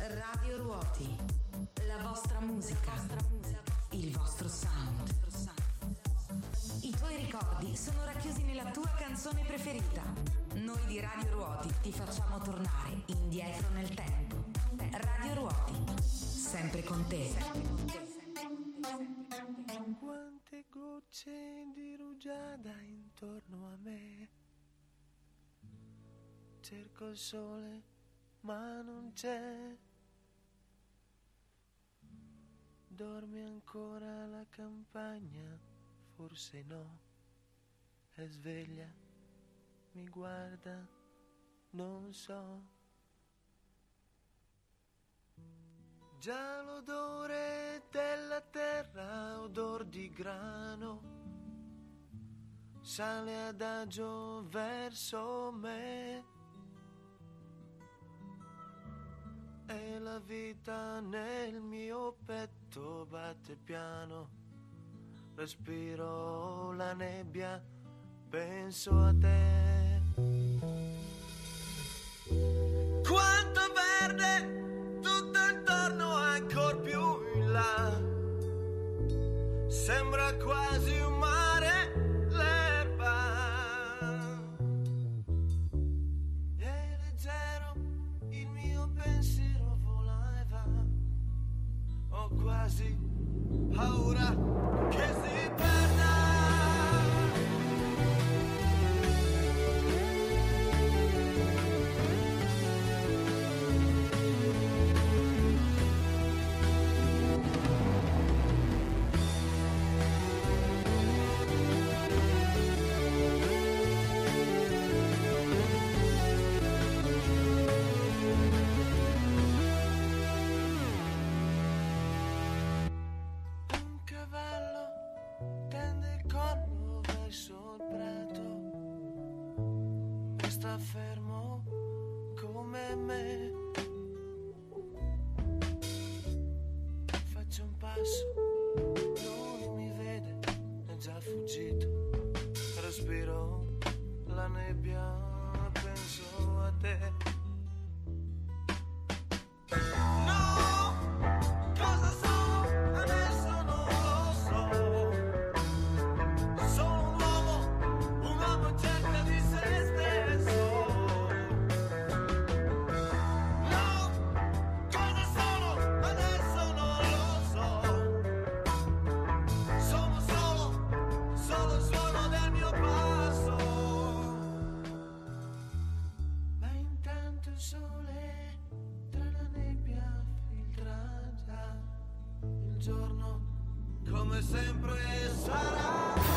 Radio Ruoti, la vostra musica, il vostro sound. I tuoi ricordi sono racchiusi nella tua canzone preferita. Noi di Radio Ruoti ti facciamo tornare indietro nel tempo. Radio Ruoti, sempre con te. Quante gocce di rugiada intorno a me. Cerco il sole, ma non c'è. Dorme ancora la campagna? Forse no. È sveglia, mi guarda, non so. Già l'odore della terra, odor di grano, sale adagio verso me. E la vita nel mio petto batte piano. Respiro la nebbia, penso a te. Quanto verde tutto intorno, ancor più in là. Sembra quasi un mare l'erba. È leggero il mio pensiero, vola e va. Ho quasi paura che si perda. Fermo come me, faccio un passo, lui mi vede, è già fuggito, respiro la nebbia, penso a te. Come sempre sarà.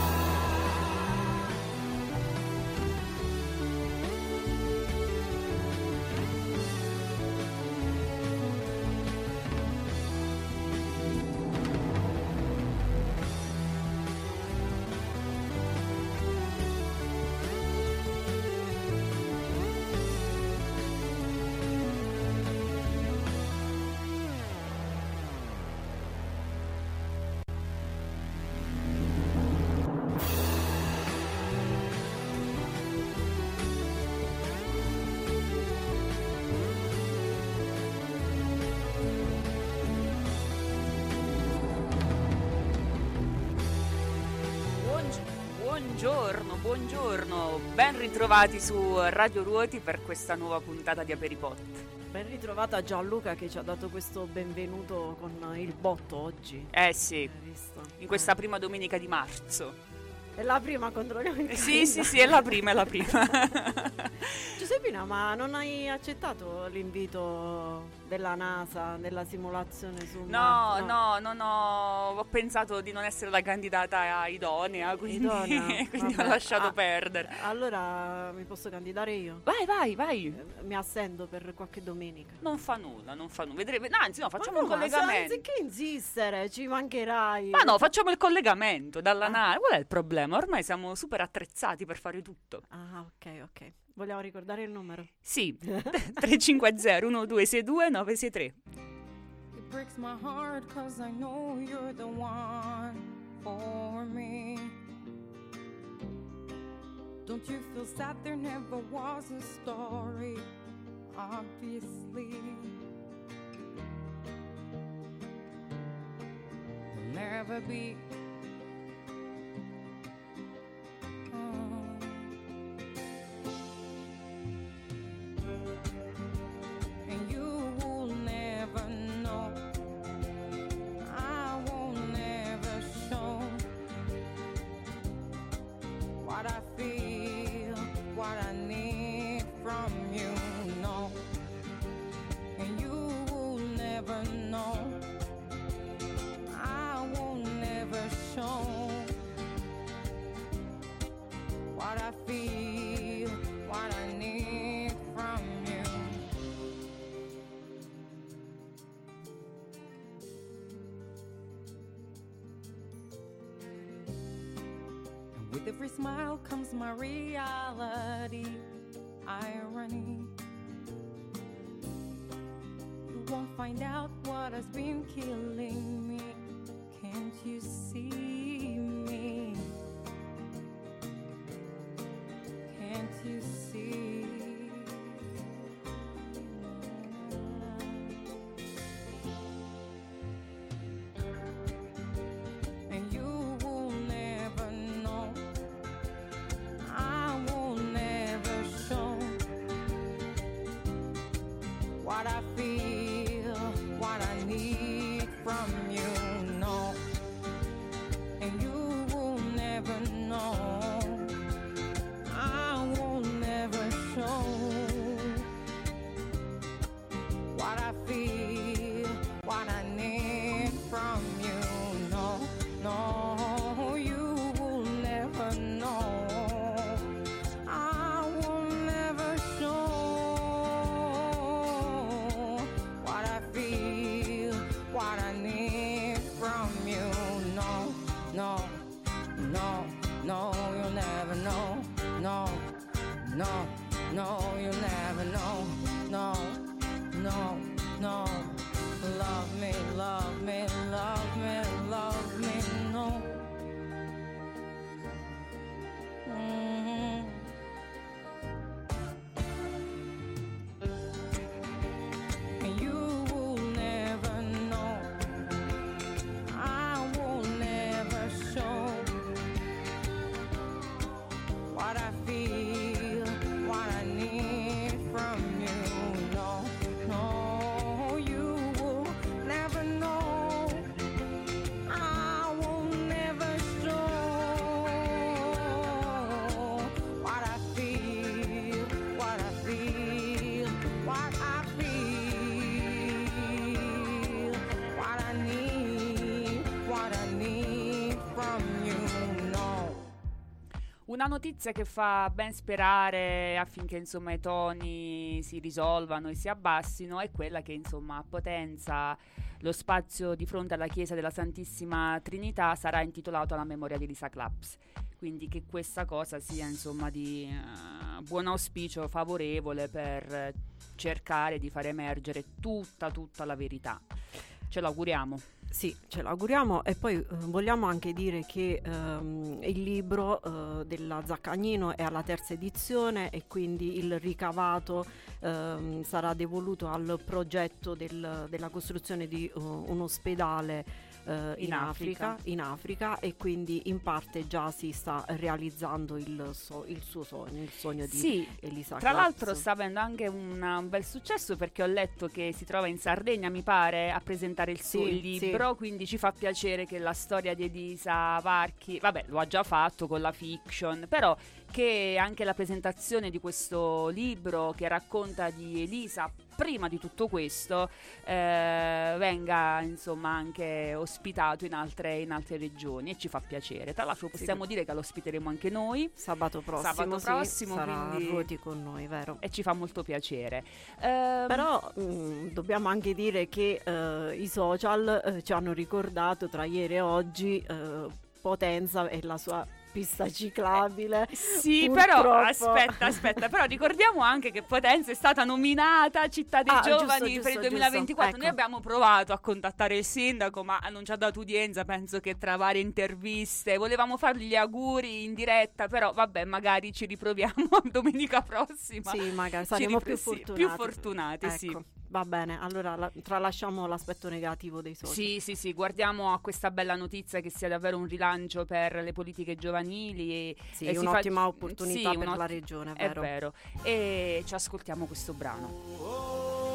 Buongiorno, ben ritrovati su Radio Ruoti per questa nuova puntata di Aperipot. Ben ritrovata Gianluca che ci ha dato questo benvenuto con il botto oggi. Sì, in questa prima domenica di marzo. È la prima, controlliamo in Sì, è la prima. Giuseppina, ma non hai accettato l'invito della NASA, della simulazione su Marte? No, ho pensato di non essere la candidata idonea, quindi ho lasciato perdere. Allora mi posso candidare io? Vai. Mi assento per qualche domenica. Non fa nulla. Vedremo. Anzi, facciamo un collegamento. Anziché insistere, ci mancherai. Ma no, facciamo il collegamento dalla NASA. Qual è il problema? Ormai siamo super attrezzati per fare tutto. Ah, ok. Vogliamo ricordare il numero? Sì, 350 1262 963. It breaks my heart 'cause I know you're the one for me. Don't you feel sad there never was a story? Obviously ever be. And you will never know. I won't never show what I feel, what I need from you, no. And you will never know. I won't never show what I feel, what I need from you. And with every smile comes my reality, irony. You won't find out what has been killing me. Can't you see me? Can't you see? And you will never know. I will never show what I feel, what I need from you, no. And you will never know. I will never show what I feel, what I need from you, no, no. You will never know. I will never show what I feel, what I need from you, no, no, no, no. You'll never know, no, no, no. You'll never know, no, no, no. Love me, love me, love me, love me, no. Mhm. And you will never know. I will never show what I feel, what I need from you, no, no. You will never know. I will never show what I feel, what I feel, what I feel, what I need from you, no. Una notizia che fa ben sperare affinché insomma i toni si risolvano e si abbassino è quella che insomma a Potenza lo spazio di fronte alla chiesa della Santissima Trinità sarà intitolato alla memoria di Lisa Claps. Quindi che questa cosa sia insomma di buon auspicio, favorevole per cercare di far emergere tutta la verità. Ce l'auguriamo. Sì, ce l'auguriamo e poi vogliamo anche dire che il libro della Zaccagnino è alla terza edizione e quindi il ricavato sarà devoluto al progetto della costruzione di un ospedale in Africa e quindi in parte già si sta realizzando il suo sogno, il sogno di Elisa Tra Claps. l'altro sta avendo anche un bel successo perché ho letto che si trova in Sardegna, mi pare, a presentare il suo libro, quindi ci fa piacere che la storia di Elisa Varchi, vabbè, lo ha già fatto con la fiction, però che anche la presentazione di questo libro che racconta di Elisa prima di tutto questo venga insomma anche ospitato in altre regioni e ci fa piacere. Tra l'altro possiamo dire che lo ospiteremo anche noi sabato prossimo sarà a Ruoti con noi, vero? E ci fa molto piacere. Però dobbiamo anche dire che i social ci hanno ricordato tra ieri e oggi Potenza e la sua pista ciclabile. Sì, purtroppo. però aspetta, però ricordiamo anche che Potenza è stata nominata Città dei Giovani per il 2024. Ecco. Noi abbiamo provato a contattare il sindaco, ma non ci ha dato udienza, penso che tra varie interviste. Volevamo fargli gli auguri in diretta, però vabbè, magari ci riproviamo domenica prossima. Sì, magari saremo più fortunati. Più fortunati, ecco. sì. Va bene, allora tralasciamo l'aspetto negativo dei social. Sì, guardiamo a questa bella notizia che sia davvero un rilancio per le politiche giovanili. Sì, un'ottima opportunità per la regione, è vero. È vero. E ci ascoltiamo questo brano.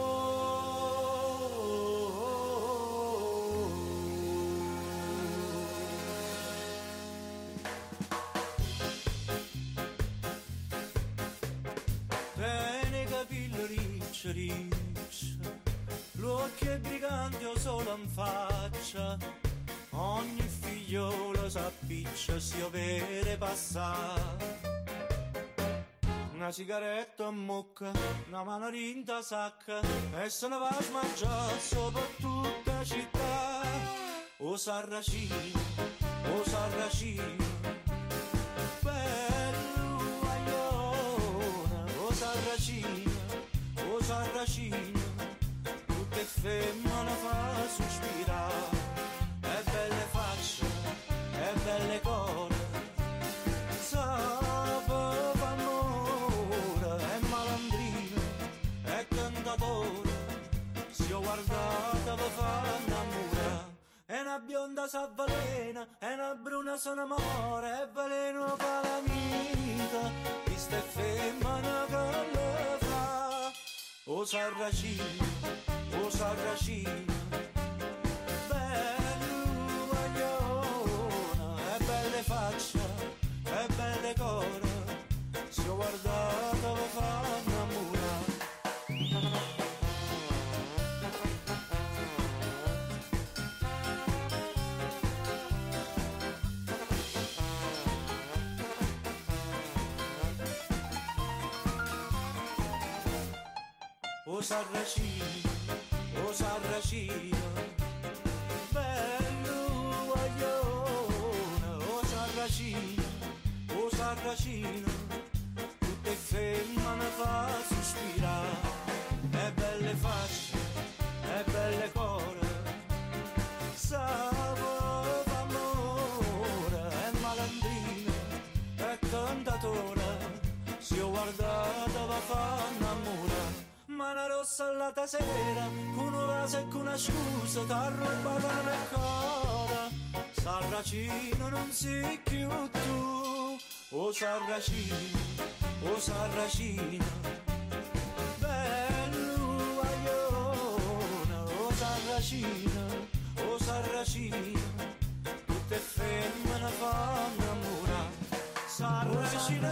L'occhio è brigante o solo in faccia, ogni figliolo s'appiccia, si vede passare. Una sigaretta a mucca, una mano rinta sacca, e se ne va a smangiare sopra tutta la città. O sarracino, bello guagliona, o sarracino, tutte femmine fa sospirare, e belle facce, e belle core, sape f'amore, e malandrino, e cantatore, si ho guardata per fa innamorare, e una bionda s'avvelena, e una bruna se ne muore, e veleno fa l'amica, queste femmine che le fa. O sarracino, bello guagliona, e belle faccia, e belle core, si ho guardata per fa innamorare. O sarracino, bello guagliona, o sarracino, tutte femmine fa sospirare, e belle facce, e belle core, sape f'amore, e malandrino, e cantatore, si ho guardata per fa innamorare. Mana rossa alla sera, con un vaso e con una scusa, t'ha rubata nel cuore. Sarracino non sei più tu, o sarracino, bello guagliona, o sarracino, tutte femmine fanno innamorare. Sarracino,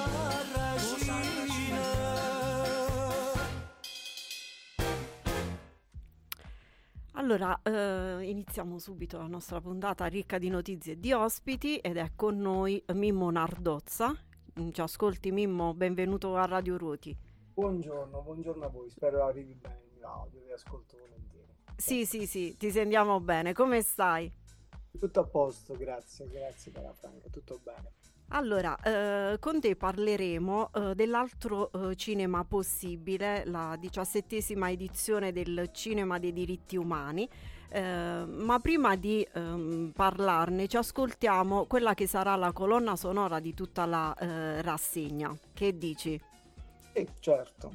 Allora, iniziamo subito la nostra puntata ricca di notizie e di ospiti, ed è con noi Mimmo Nardozza. Ci ascolti, Mimmo? Benvenuto a Radio Ruoti. Buongiorno a voi, spero arrivi bene l'audio, vi ascolto volentieri. Sì, ti sentiamo bene, come stai? Tutto a posto, grazie cara Franca, tutto bene. Allora, con te parleremo dell'altro cinema possibile, la 17ª edizione del Cinema dei diritti umani, ma prima di parlarne ci ascoltiamo quella che sarà la colonna sonora di tutta la rassegna. Che dici? Certo.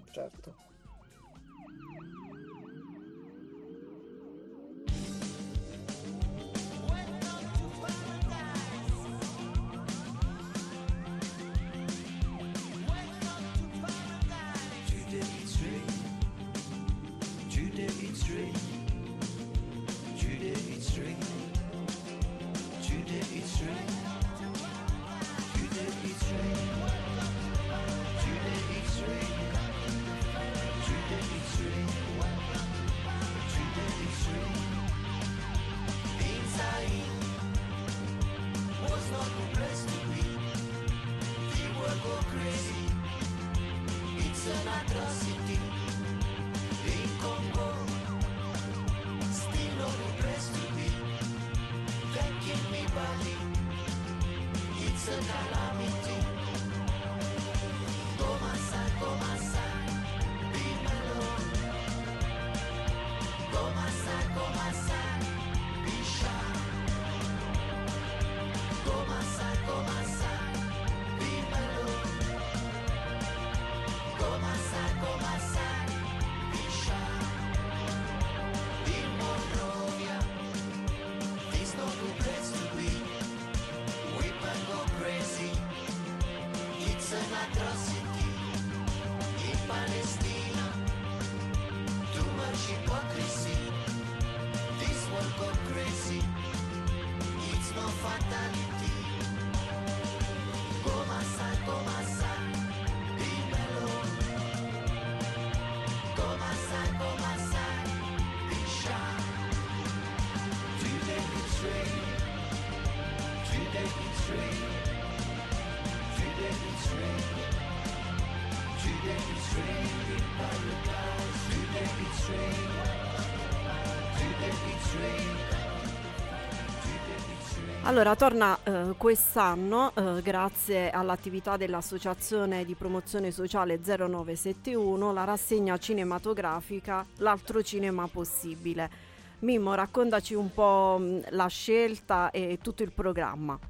Allora, torna quest'anno, grazie all'attività dell'Associazione di Promozione Sociale 0971, la rassegna cinematografica L'altro cinema possibile. Mimmo, raccontaci un po' la scelta e tutto il programma.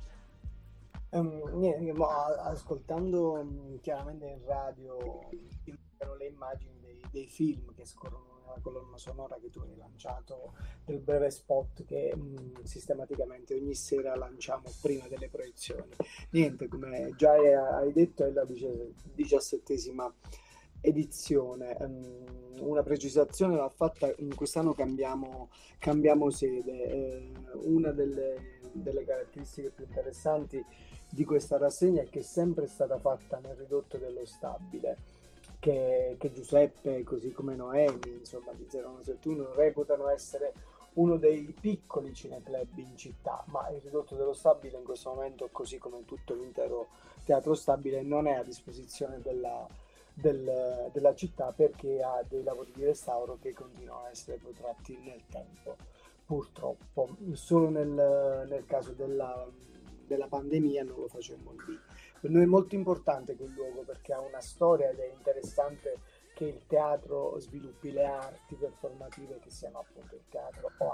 Niente, ascoltando chiaramente in radio le immagini dei film che scorrono nella colonna sonora che tu hai lanciato, del breve spot che sistematicamente ogni sera lanciamo prima delle proiezioni. Niente, come già hai detto, è la 17ª edizione. Una precisazione va fatta: quest'anno cambiamo sede. Una delle caratteristiche più interessanti di questa rassegna è che è sempre stata fatta nel ridotto dello Stabile, che Giuseppe, così come Noemi, insomma, di 0971, reputano essere uno dei piccoli cineclub in città, ma il ridotto dello Stabile in questo momento, così come tutto l'intero Teatro Stabile, non è a disposizione della città, perché ha dei lavori di restauro che continuano a essere protratti nel tempo, purtroppo. Solo nel caso della pandemia non lo facemmo lì. Per noi è molto importante quel luogo perché ha una storia ed è interessante che il teatro sviluppi le arti performative, che siano appunto il teatro o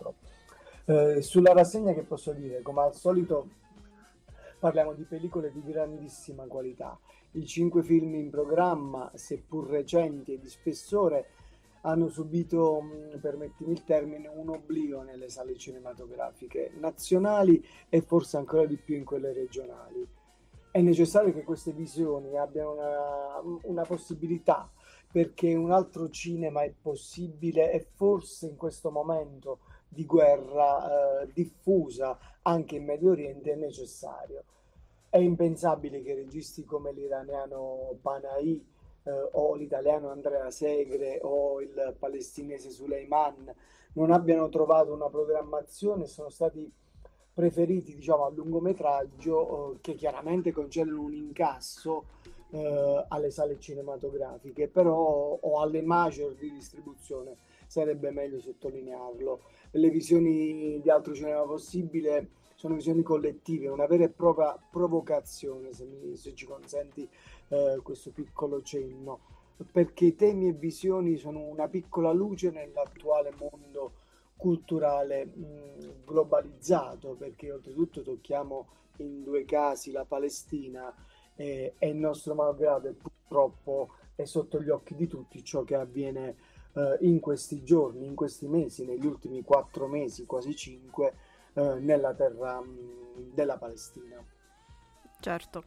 altro. Sulla rassegna che posso dire? Come al solito parliamo di pellicole di grandissima qualità. I 5 film in programma, seppur recenti e di spessore, hanno subito, permettimi il termine, un oblio nelle sale cinematografiche nazionali e forse ancora di più in quelle regionali. È necessario che queste visioni abbiano una possibilità, perché un altro cinema è possibile e forse in questo momento di guerra diffusa anche in Medio Oriente è necessario. È impensabile che registi come l'iraniano Panahi o l'italiano Andrea Segre o il palestinese Suleiman non abbiano trovato una programmazione, sono stati preferiti, diciamo, a lungometraggio, che chiaramente concedono un incasso alle sale cinematografiche, però, o alle major di distribuzione, sarebbe meglio sottolinearlo. Le visioni di Altro Cinema Possibile sono visioni collettive, una vera e propria provocazione, se ci consenti questo piccolo cenno, perché temi e visioni sono una piccola luce nell'attuale mondo culturale globalizzato, perché oltretutto tocchiamo in 2 casi la Palestina e il nostro malgrado, e purtroppo è sotto gli occhi di tutti ciò che avviene in questi giorni, in questi mesi, negli ultimi 4 mesi, quasi 5, nella terra della Palestina. Certo.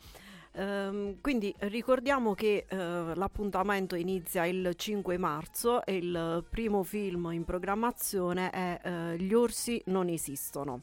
Quindi ricordiamo che l'appuntamento inizia il 5 marzo e il primo film in programmazione è Gli orsi non esistono.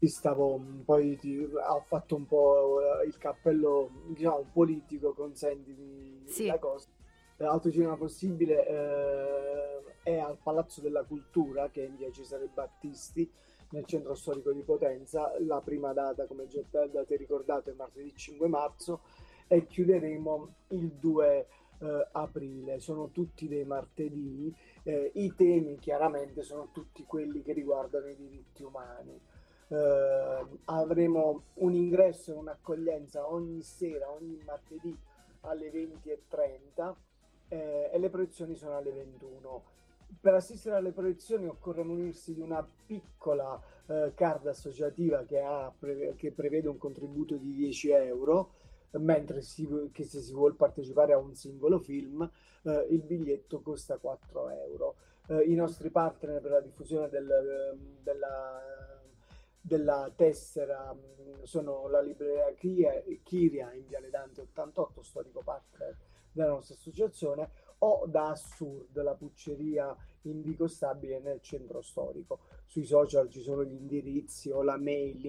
Ho fatto un po' il cappello, diciamo, politico, consentimi la cosa. Altro Cinema Possibile è al Palazzo della Cultura, che è in via Cesare Battisti, nel centro storico di Potenza. La prima data, come già da te ricordato, è martedì 5 marzo e chiuderemo il 2 aprile. Sono tutti dei martedì. I temi chiaramente sono tutti quelli che riguardano i diritti umani. Avremo un ingresso e un'accoglienza ogni sera, ogni martedì alle 20:30 e le proiezioni sono alle 21. Per assistere alle proiezioni occorre munirsi di una piccola card associativa che prevede un contributo di 10 euro, mentre che se si vuole partecipare a un singolo film il biglietto costa 4 euro. I nostri partner per la diffusione della tessera sono la libreria Chiria in Viale Dante 88, storico partner della nostra associazione, o da Assurd, la pucceria in Vico Stabile nel centro storico. Sui social ci sono gli indirizzi o la mail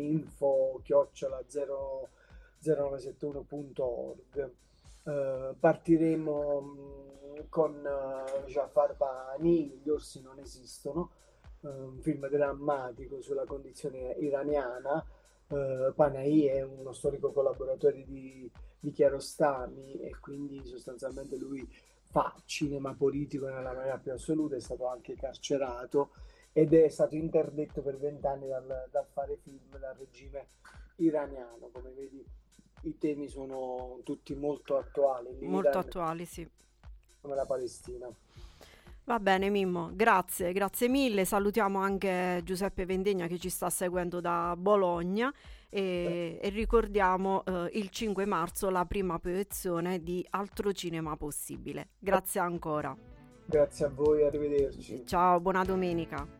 info@0971.org. Partiremo con Jafar Panahi, Gli orsi non esistono, un film drammatico sulla condizione iraniana. Panahi è uno storico collaboratore di Kiarostami e quindi sostanzialmente lui fa cinema politico nella maniera più assoluta, è stato anche carcerato ed è stato interdetto per 20 anni dal fare film dal regime iraniano. Come vedi, i temi sono tutti molto attuali. Molto attuali, sì. Come la Palestina. Va bene Mimmo, grazie mille. Salutiamo anche Giuseppe Vendegna che ci sta seguendo da Bologna e ricordiamo il 5 marzo la prima proiezione di Altro Cinema Possibile. Grazie ancora. Grazie a voi, arrivederci. Ciao, buona domenica.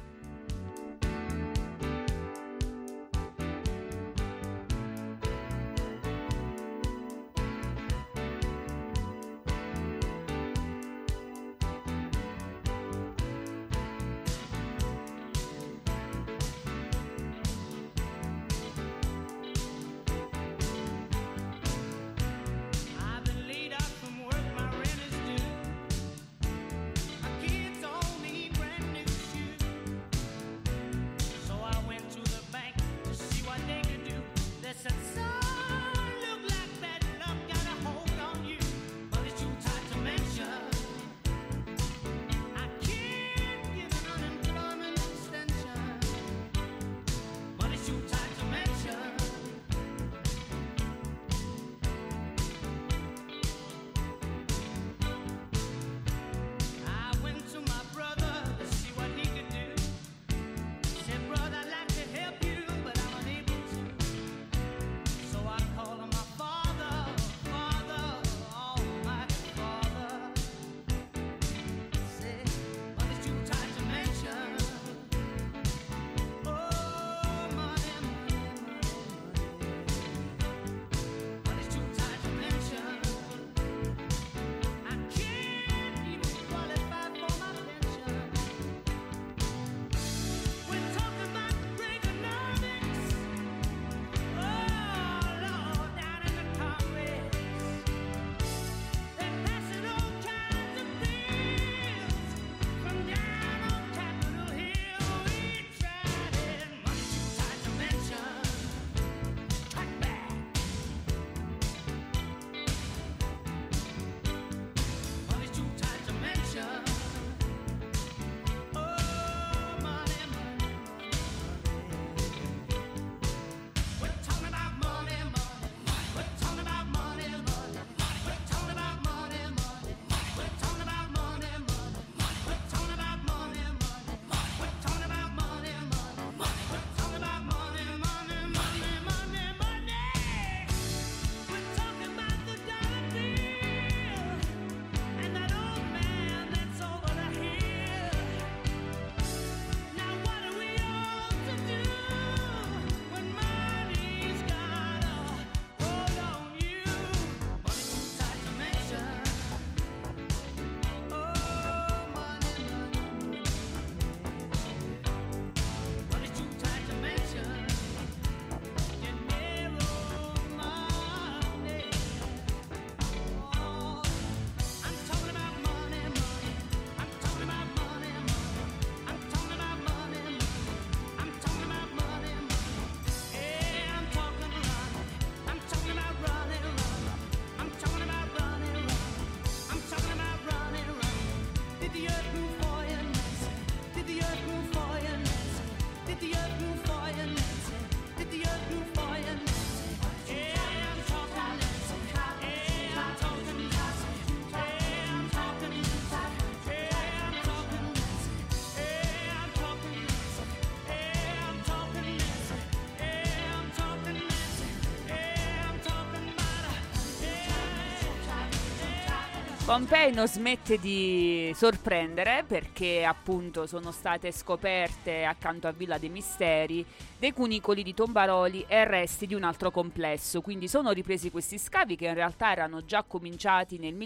Pompei non smette di sorprendere perché appunto sono state scoperte accanto a Villa dei Misteri dei cunicoli di tombaroli e resti di un altro complesso, quindi sono ripresi questi scavi che in realtà erano già cominciati nel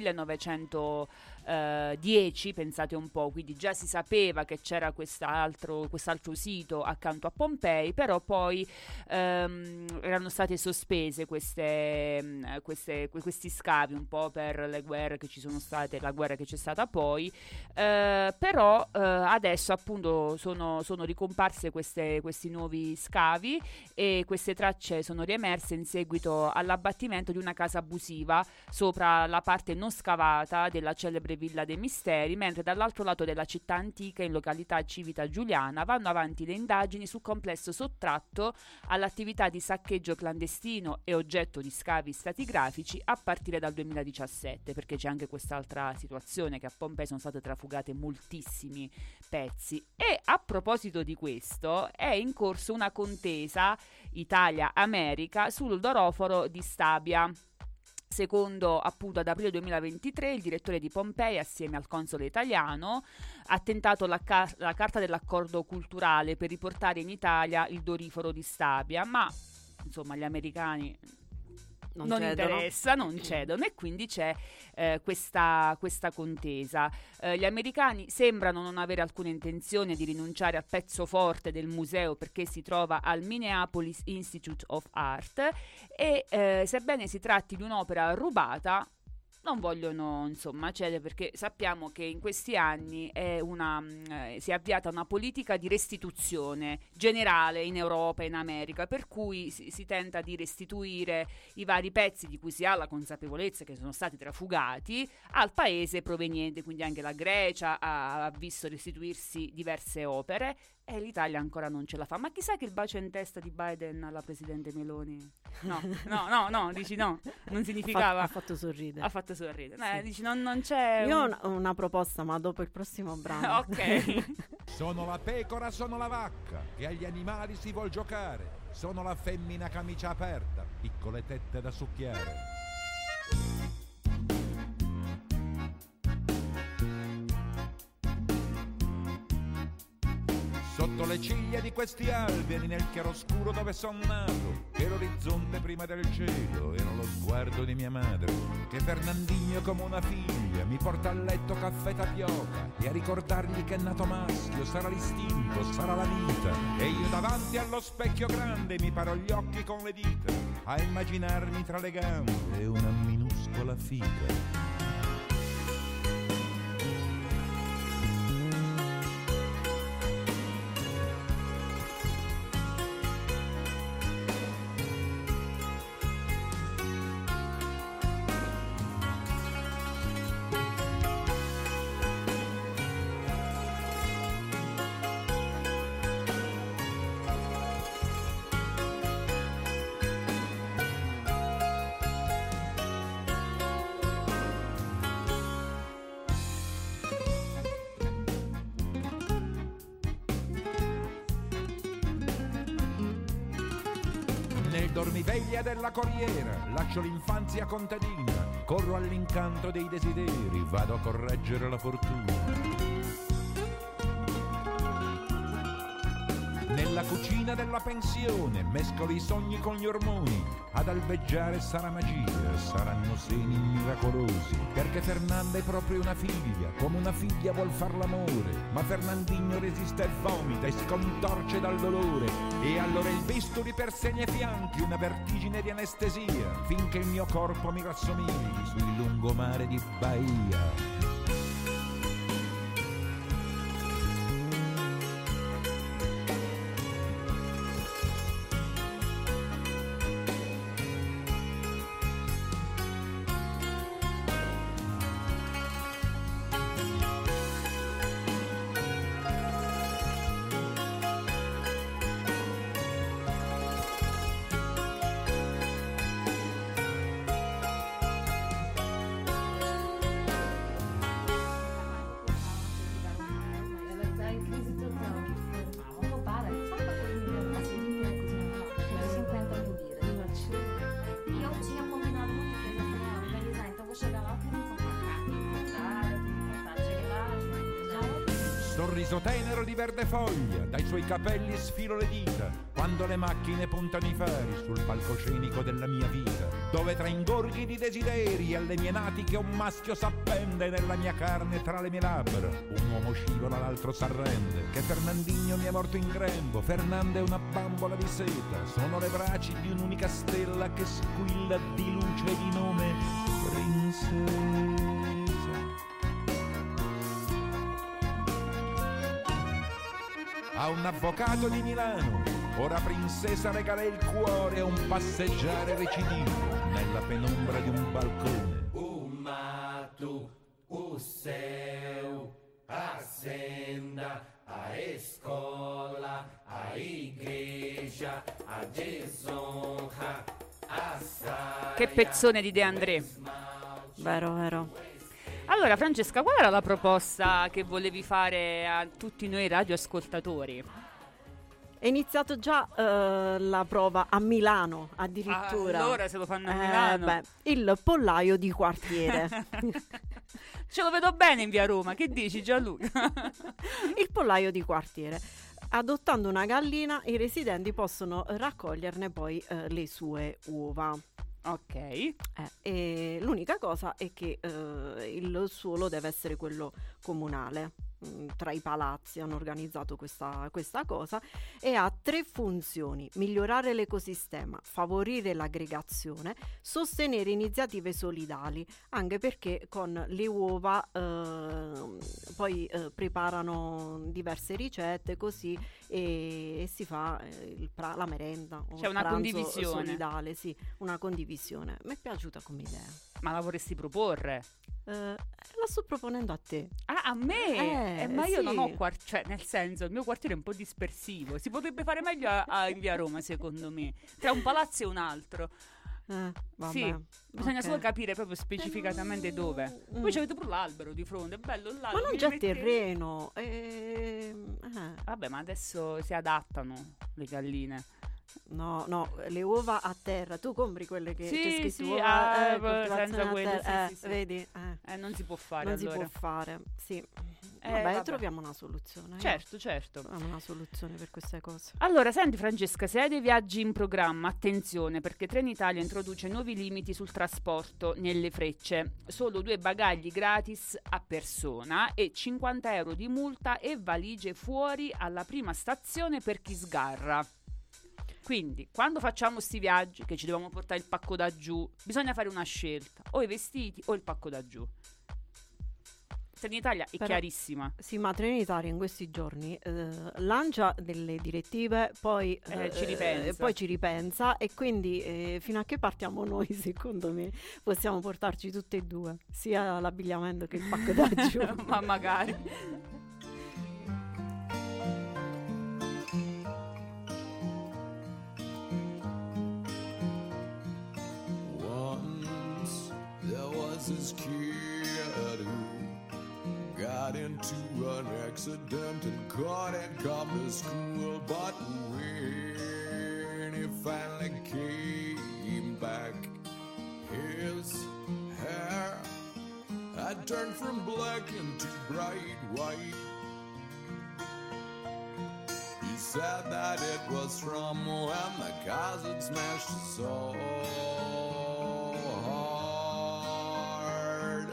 1910, pensate un po', quindi già si sapeva che c'era quest'altro sito accanto a Pompei, però poi erano state sospese questi scavi un po' per le guerre che ci sono state, la guerra che c'è stata poi, però adesso appunto sono ricomparse questi nuovi scavi e queste tracce sono riemerse in seguito all'abbattimento di una casa abusiva sopra la parte non scavata della celebre Villa dei Misteri, mentre dall'altro lato della città antica, in località Civita Giuliana, vanno avanti le indagini sul complesso sottratto all'attività di saccheggio clandestino e oggetto di scavi stratigrafici a partire dal 2017, perché c'è anche quest'altra situazione, che a Pompei sono state trafugate moltissimi pezzi. E a proposito di questo, è in corso una contesa Italia-America sul doroforo di Stabia. Secondo appunto ad aprile 2023 il direttore di Pompei assieme al console italiano ha tentato la carta dell'accordo culturale per riportare in Italia il doriforo di Stabia, ma insomma gli americani non interessa, non cedono, e quindi c'è questa contesa. Gli americani sembrano non avere alcuna intenzione di rinunciare al pezzo forte del museo, perché si trova al Minneapolis Institute of Art e sebbene si tratti di un'opera rubata, non vogliono insomma cedere, perché sappiamo che in questi anni si è avviata una politica di restituzione generale in Europa e in America, per cui si tenta di restituire i vari pezzi di cui si ha la consapevolezza che sono stati trafugati al paese proveniente, quindi anche la Grecia ha visto restituirsi diverse opere e l'Italia ancora non ce la fa. Ma chissà che il bacio in testa di Biden alla presidente Meloni? No, dici no, non significava. Ha fatto sorridere. Ha fatto sorridere. Sì. Dici non c'è. Io ho una proposta, ma dopo il prossimo brano. Ok. Sono la pecora, sono la vacca, che agli animali si vuol giocare. Sono la femmina camicia aperta, piccole tette da succhiare. Sotto le ciglia di questi alberi, nel chiaroscuro dove son nato, che l'orizzonte prima del cielo era lo sguardo di mia madre, che Fernandinho come una figlia mi porta a letto caffè tapioca, e a ricordargli che è nato maschio sarà l'istinto, sarà la vita, e io davanti allo specchio grande mi paro gli occhi con le dita, a immaginarmi tra le gambe una minuscola figa. Dormiveglia della corriera, lascio l'infanzia contadina, corro all'incanto dei desideri, vado a correggere la fortuna. Nella cucina della pensione mescolo i sogni con gli ormoni, ad albeggiare sarà magia, saranno seni miracolosi, perché Fernanda è proprio una figlia, come una figlia vuol far l'amore, ma Fernandinho resiste e vomita e si contorce dal dolore, e allora il bisturi per segni e fianchi, una vertigine di anestesia, finché il mio corpo mi rassomigli sul lungomare di Bahia. Sorriso tenero di verde foglia, dai suoi capelli sfilo le dita, quando le macchine puntano i fari sul palcoscenico della mia vita, dove tra ingorghi di desideri alle mie natiche un maschio s'appende, nella mia carne tra le mie labbra un uomo scivola, l'altro s'arrende, che Fernandinho mi è morto in grembo, Fernanda è una bambola di seta, sono le braci di un'unica stella che squilla di luce e di nome princesa. A un avvocato di Milano, ora princesa regala il cuore a un passeggiare recidivo nella penombra di un balcone. Ma tu seu, a senda, a escola, a igreja, a desonra, assai. Che pezzone di De André. Vero, vero. Allora Francesca, qual era la proposta che volevi fare a tutti noi radioascoltatori? È iniziato già la prova a Milano, addirittura. Allora se lo fanno a Milano. Il pollaio di quartiere. Ce lo vedo bene in via Roma, che dici Gianluca? Il pollaio di quartiere. Adottando una gallina, i residenti possono raccoglierne poi le sue uova. Ok. E l'unica cosa è che il suolo deve essere quello comunale. Tra i palazzi hanno organizzato questa cosa e ha 3 funzioni: migliorare l'ecosistema, favorire l'aggregazione, sostenere iniziative solidali, anche perché con le uova poi preparano diverse ricette così e si fa la merenda o c'è una condivisione solidale, sì, una condivisione. Mi è piaciuta come idea. Ma la vorresti proporre? La sto proponendo a te. Ah, a me? Ma io sì. non ho cioè, nel senso, il mio quartiere è un po' dispersivo. Si potrebbe fare meglio in via Roma, secondo me, tra un palazzo e un altro. Vabbè. Sì, bisogna Ok. solo capire proprio specificatamente dove. Poi c'avete pure l'albero di fronte, è bello l'albero. Ma non mi c'è mettete- terreno. Vabbè, ma adesso si adattano le galline. No, le uova a terra. Tu compri quelle che Sì, c'è scritto sì, uova, senza coltivazione a quelle, terra. sì, sì. Vedi? Non si può fare Non allora. si può fare, sì. Vabbè. Troviamo una soluzione. Certo. Troviamo una soluzione per queste cose. Allora, senti Francesca, se hai dei viaggi in programma, attenzione, perché Trenitalia introduce nuovi limiti sul trasporto nelle frecce. Solo 2 bagagli gratis a persona e 50 euro di multa e valigie fuori alla prima stazione per chi sgarra. Quindi, quando facciamo sti viaggi, che ci dobbiamo portare il pacco da giù, bisogna fare una scelta, o i vestiti o il pacco da giù. Trenitalia è Però- chiarissima. Sì, ma Trenitalia in questi giorni lancia delle direttive, poi ci ripensa e quindi fino a che partiamo noi, secondo me, possiamo portarci tutte e 2, sia l'abbigliamento che il pacco da giù. Ma magari. Once there was this kid who got into an accident and couldn't come to school, but when he finally came back, his hair had turned from black into bright white. He said that it was from when the cars had smashed so hard.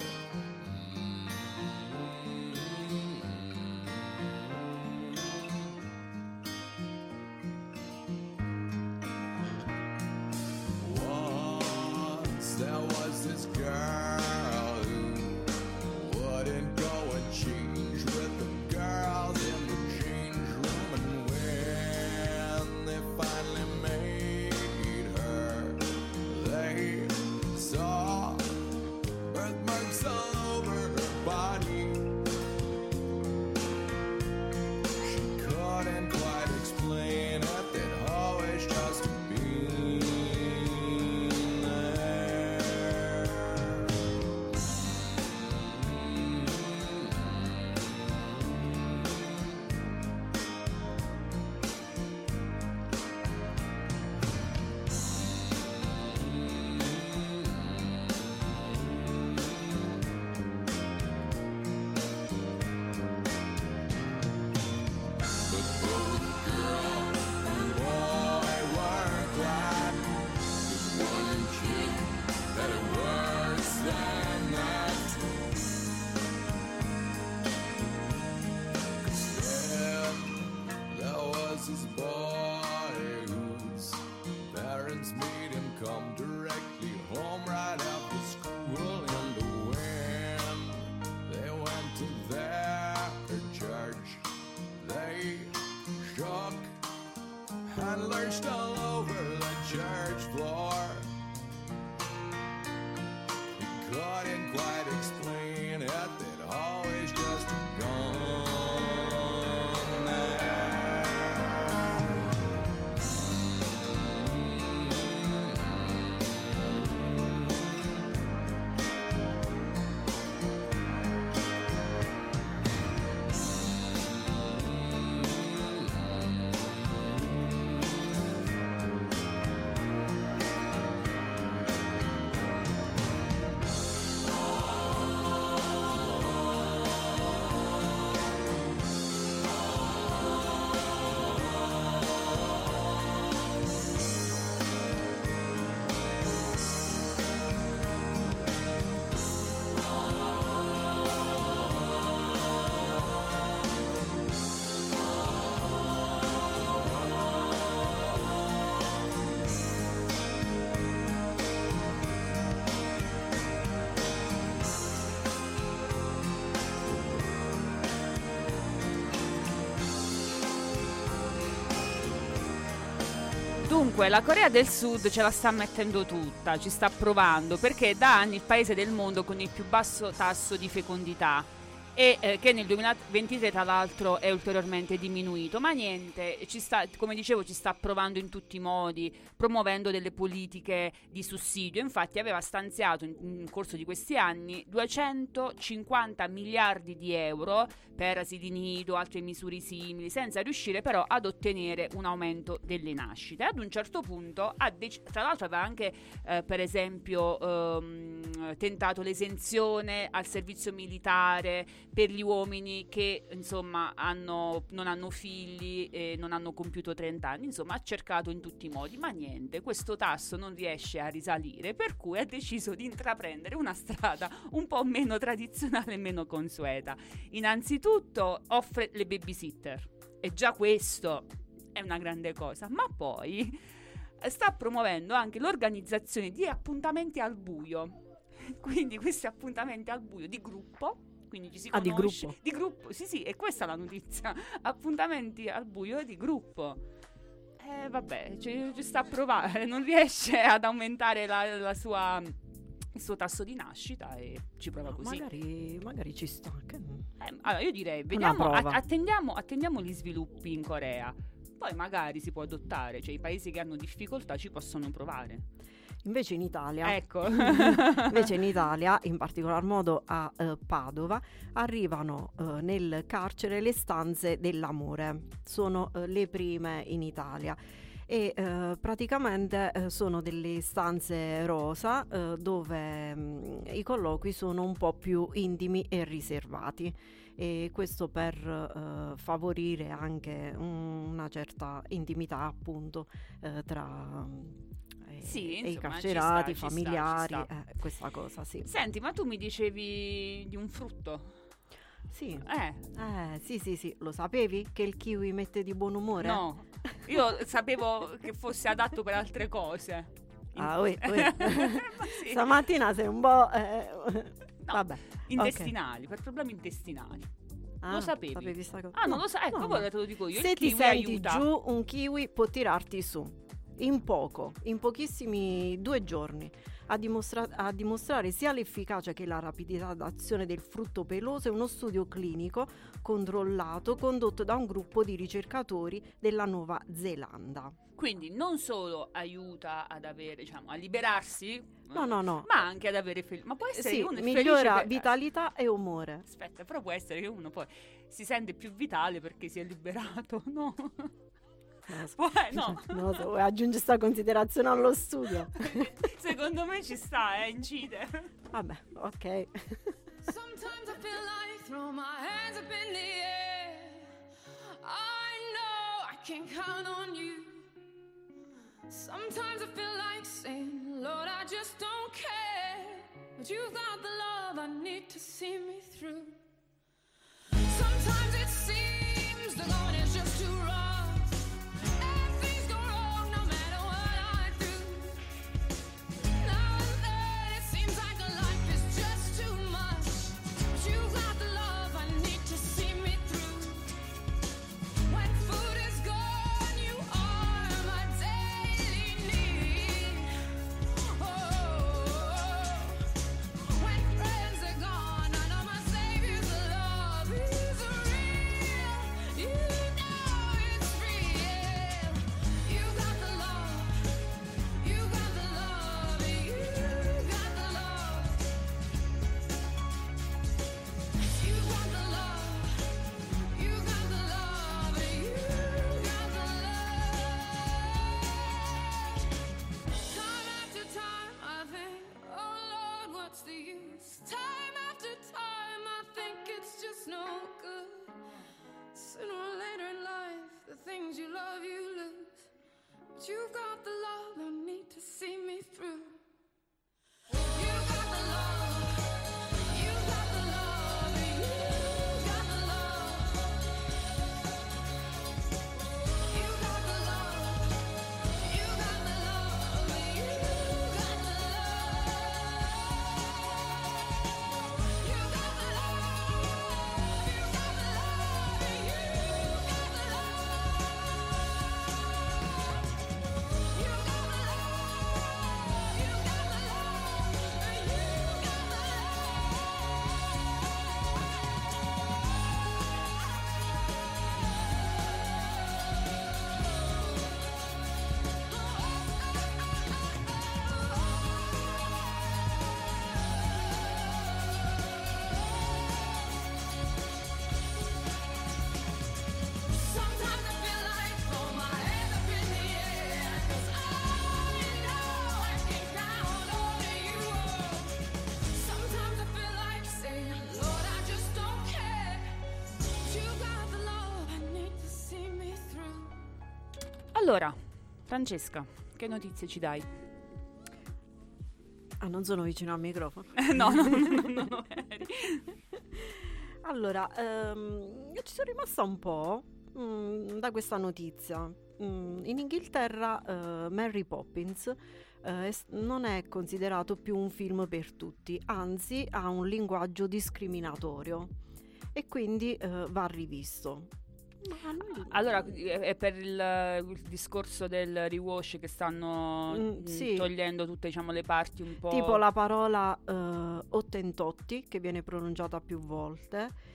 Once there was this girl who wouldn't go and change with the girls in the change room, and when they finally made her, they saw birthmarks all over her body. She couldn't quite explain it, they'd always just been there. But both girl and boy were glad, 'cause one kid had it worse than that. 'Cause there was this boy whose parents made him come directly home right after school, and when they went to their church, they shook and lurched all over the church floor. He couldn't quite explain it, they'd Dunque, la Corea del Sud ce la sta mettendo tutta, ci sta provando, perché è da anni il paese del mondo con il più basso tasso di fecondità e che nel 2023 tra l'altro è ulteriormente diminuito, ma niente, come dicevo, ci sta provando in tutti i modi, promuovendo delle politiche di sussidio. Infatti aveva stanziato nel corso di questi anni 250 miliardi di euro per asili nido, altre misure simili, senza riuscire però ad ottenere un aumento delle nascite. Ad un certo punto tra l'altro aveva anche per esempio tentato l'esenzione al servizio militare per gli uomini che insomma non hanno figli e non hanno compiuto 30 anni, insomma ha cercato in tutti i modi, ma niente, questo tasso non riesce a risalire, per cui ha deciso di intraprendere una strada un po' meno tradizionale e meno consueta. Innanzitutto offre le babysitter, e già questo è una grande cosa, ma poi sta promuovendo anche l'organizzazione di appuntamenti al buio, quindi questi appuntamenti al buio di gruppo. Quindi ci si conosce di gruppo, sì, e questa è la notizia, appuntamenti al buio di gruppo. Vabbè, ci sta a provare, non riesce ad aumentare il suo tasso di nascita e ci prova così. Magari ci sta. Allora io direi, vediamo, attendiamo gli sviluppi in Corea, poi magari si può adottare, cioè i paesi che hanno difficoltà ci possono provare. Invece in Italia, ecco. In particolar modo a Padova, arrivano nel carcere le stanze dell'amore. Sono le prime in Italia e praticamente sono delle stanze rosa dove i colloqui sono un po' più intimi e riservati. E questo per favorire anche una certa intimità appunto tra insomma, i carcerati, ci sta, familiari, questa cosa, sì. Senti, ma tu mi dicevi di un frutto? Sì. Sì, lo sapevi che il kiwi mette di buon umore? No, io sapevo che fosse adatto per altre cose. Sì. Stamattina sei un po'... vabbè. Intestinali, okay. Per problemi intestinali. Lo sapevi? Sapevi sta cosa? Non lo so, ecco, te lo dico io. Se ti senti giù, un kiwi può tirarti su. In pochissimi 2 giorni, a dimostrare sia l'efficacia che la rapidità d'azione del frutto peloso è uno studio clinico controllato condotto da un gruppo di ricercatori della Nuova Zelanda. Quindi non solo aiuta ad avere, a liberarsi, no, ma anche ad avere ma può essere sì, che uno è migliora vitalità e umore. Aspetta, però può essere che uno poi si sente più vitale perché si è liberato, no? No. Non so, vuoi aggiungere questa considerazione allo studio? Secondo me ci sta, incide. Vabbè, ok. Sometimes I feel like throw my hands up in the air. I know I can count on you. Sometimes I feel like saying, Lord, I just don't care. But you've got the love I need to see me through. Sometimes it seems the going is just too rough. Savior's Allora, Francesca, che notizie ci dai? Ah, non sono vicino al microfono. No. Allora, io ci sono rimasta un po' da questa notizia. In Inghilterra Mary Poppins non è considerato più un film per tutti, anzi ha un linguaggio discriminatorio e quindi va rivisto. Allora, è per il discorso del rewash che stanno sì, togliendo tutte, diciamo, le parti un po'... tipo la parola ottentotti, che viene pronunciata più volte,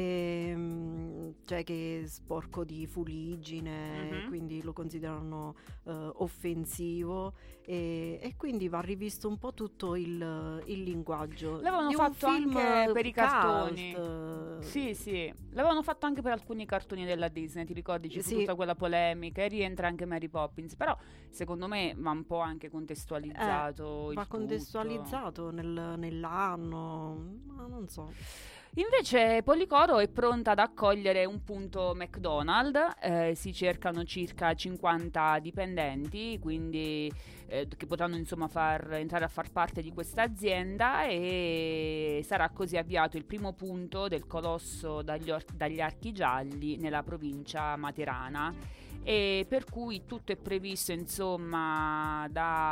cioè che è sporco di fuliggine, quindi lo considerano offensivo, e quindi va rivisto un po' tutto il linguaggio. L'avevano fatto anche per i cartoni. Sì, l'avevano fatto anche per alcuni cartoni della Disney, ti ricordi? C'è tutta quella polemica e rientra anche Mary Poppins, però secondo me va un po' anche contestualizzato. Va contestualizzato nell'anno, ma non so. Invece Policoro è pronta ad accogliere un punto McDonald's, si cercano circa 50 dipendenti, quindi che potranno insomma entrare a far parte di questa azienda, e sarà così avviato il primo punto del colosso dagli archi gialli nella provincia materana. E per cui tutto è previsto insomma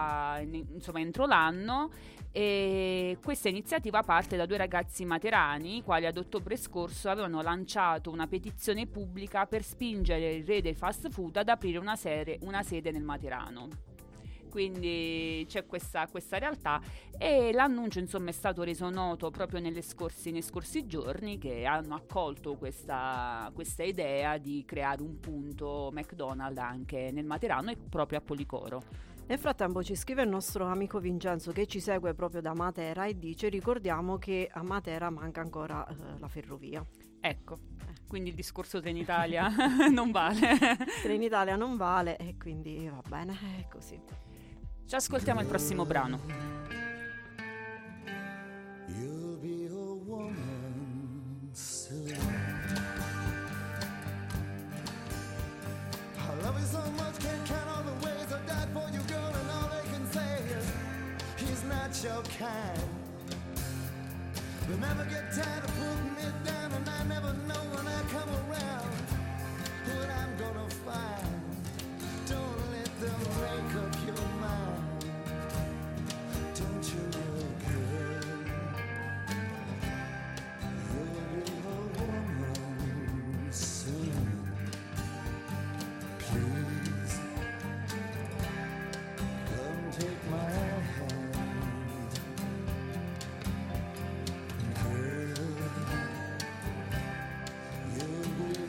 entro l'anno. E questa iniziativa parte da 2 ragazzi materani, i quali ad ottobre scorso avevano lanciato una petizione pubblica per spingere il re del fast food ad aprire una sede nel Materano. Quindi c'è questa realtà, e l'annuncio insomma è stato reso noto proprio nei scorsi giorni, che hanno accolto questa idea di creare un punto McDonald's anche nel Materano e proprio a Policoro. Nel frattempo ci scrive il nostro amico Vincenzo, che ci segue proprio da Matera, e dice: ricordiamo che a Matera manca ancora la ferrovia. Ecco, quindi il discorso Trenitalia non vale. Trenitalia non vale, e quindi va bene, è così. Ci ascoltiamo il prossimo brano. You'll be a woman soon. I love you so much, can't count all the ways I died for you, girl, and all they can say is he's not your kind. They never get tired of putting me down, and I never know when I come around what I'm gonna find. Don't let them make up your mind. Don't you look good? You'll be a woman soon. Please, come take my hand. Girl, you'll be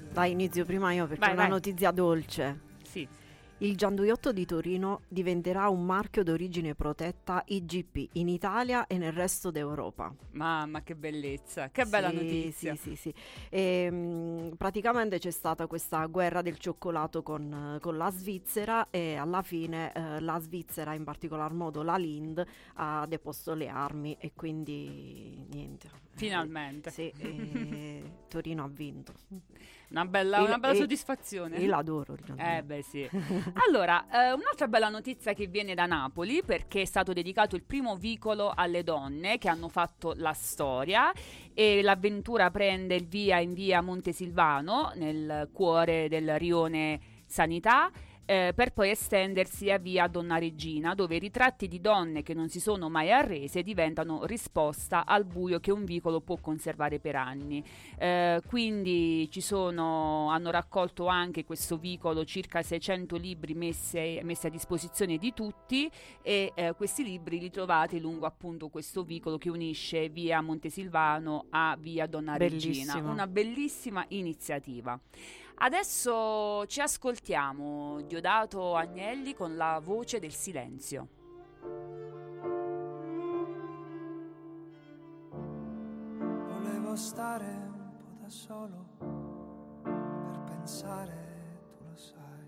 Dai, inizio prima io perché Vai, è una vai. notizia dolce. Sì. Il Gianduiotto di Torino diventerà un marchio d'origine protetta IGP in Italia e nel resto d'Europa. Mamma, che bellezza, che bella notizia. Sì. Praticamente c'è stata questa guerra del cioccolato con la Svizzera e alla fine la Svizzera, in particolar modo la Lind, ha deposto le armi e quindi niente. Finalmente. Sì, Torino ha vinto. Una bella soddisfazione. Io l'adoro il Gianduiotto. Beh sì. Allora, un'altra bella notizia che viene da Napoli, perché è stato dedicato il primo vicolo alle donne che hanno fatto la storia, e l'avventura prende il via in via Montesilvano, nel cuore del rione Sanità, per poi estendersi a via Donna Regina, dove i ritratti di donne che non si sono mai arrese diventano risposta al buio che un vicolo può conservare per anni. Quindi hanno raccolto anche questo vicolo circa 600 libri messi a disposizione di tutti, e questi libri li trovate lungo appunto questo vicolo che unisce via Montesilvano a via Donna Regina. Una bellissima iniziativa. Adesso ci ascoltiamo Diodato Agnelli con La voce del silenzio. Volevo stare un po' da solo per pensare, tu lo sai.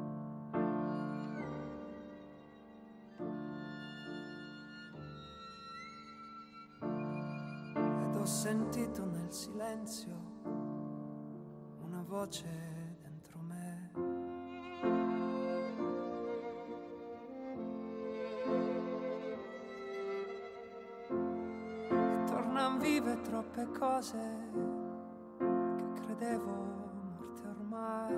Ed ho sentito nel silenzio una voce dentro me. E tornan vive troppe cose che credevo morte ormai.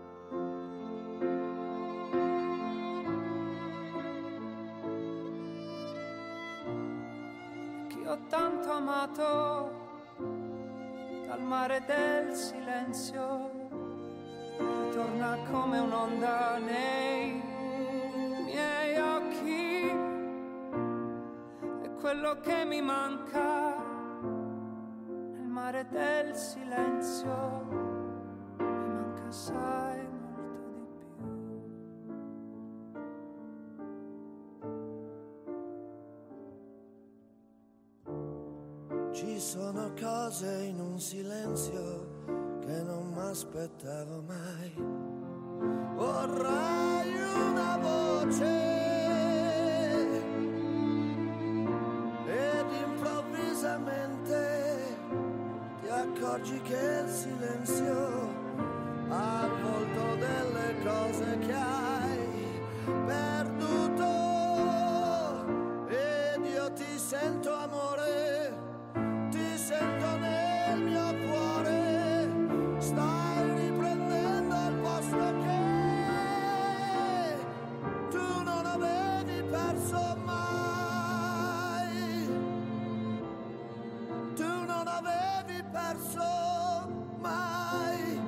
E chi ho tanto amato dal mare del silenzio ritorna come un'onda nei miei occhi, e quello che mi manca nel mare del silenzio mi manca assai molto di più. Ci sono cose in un silenzio che non m'aspettavo mai. Vorrei una voce ed improvvisamente ti accorgi che il silenzio ha il volto delle cose che hai perduto, ed io ti sento amore, ti sento nel mio cuore, stai riprendendo il posto che tu non avevi perso mai, tu non avevi perso mai,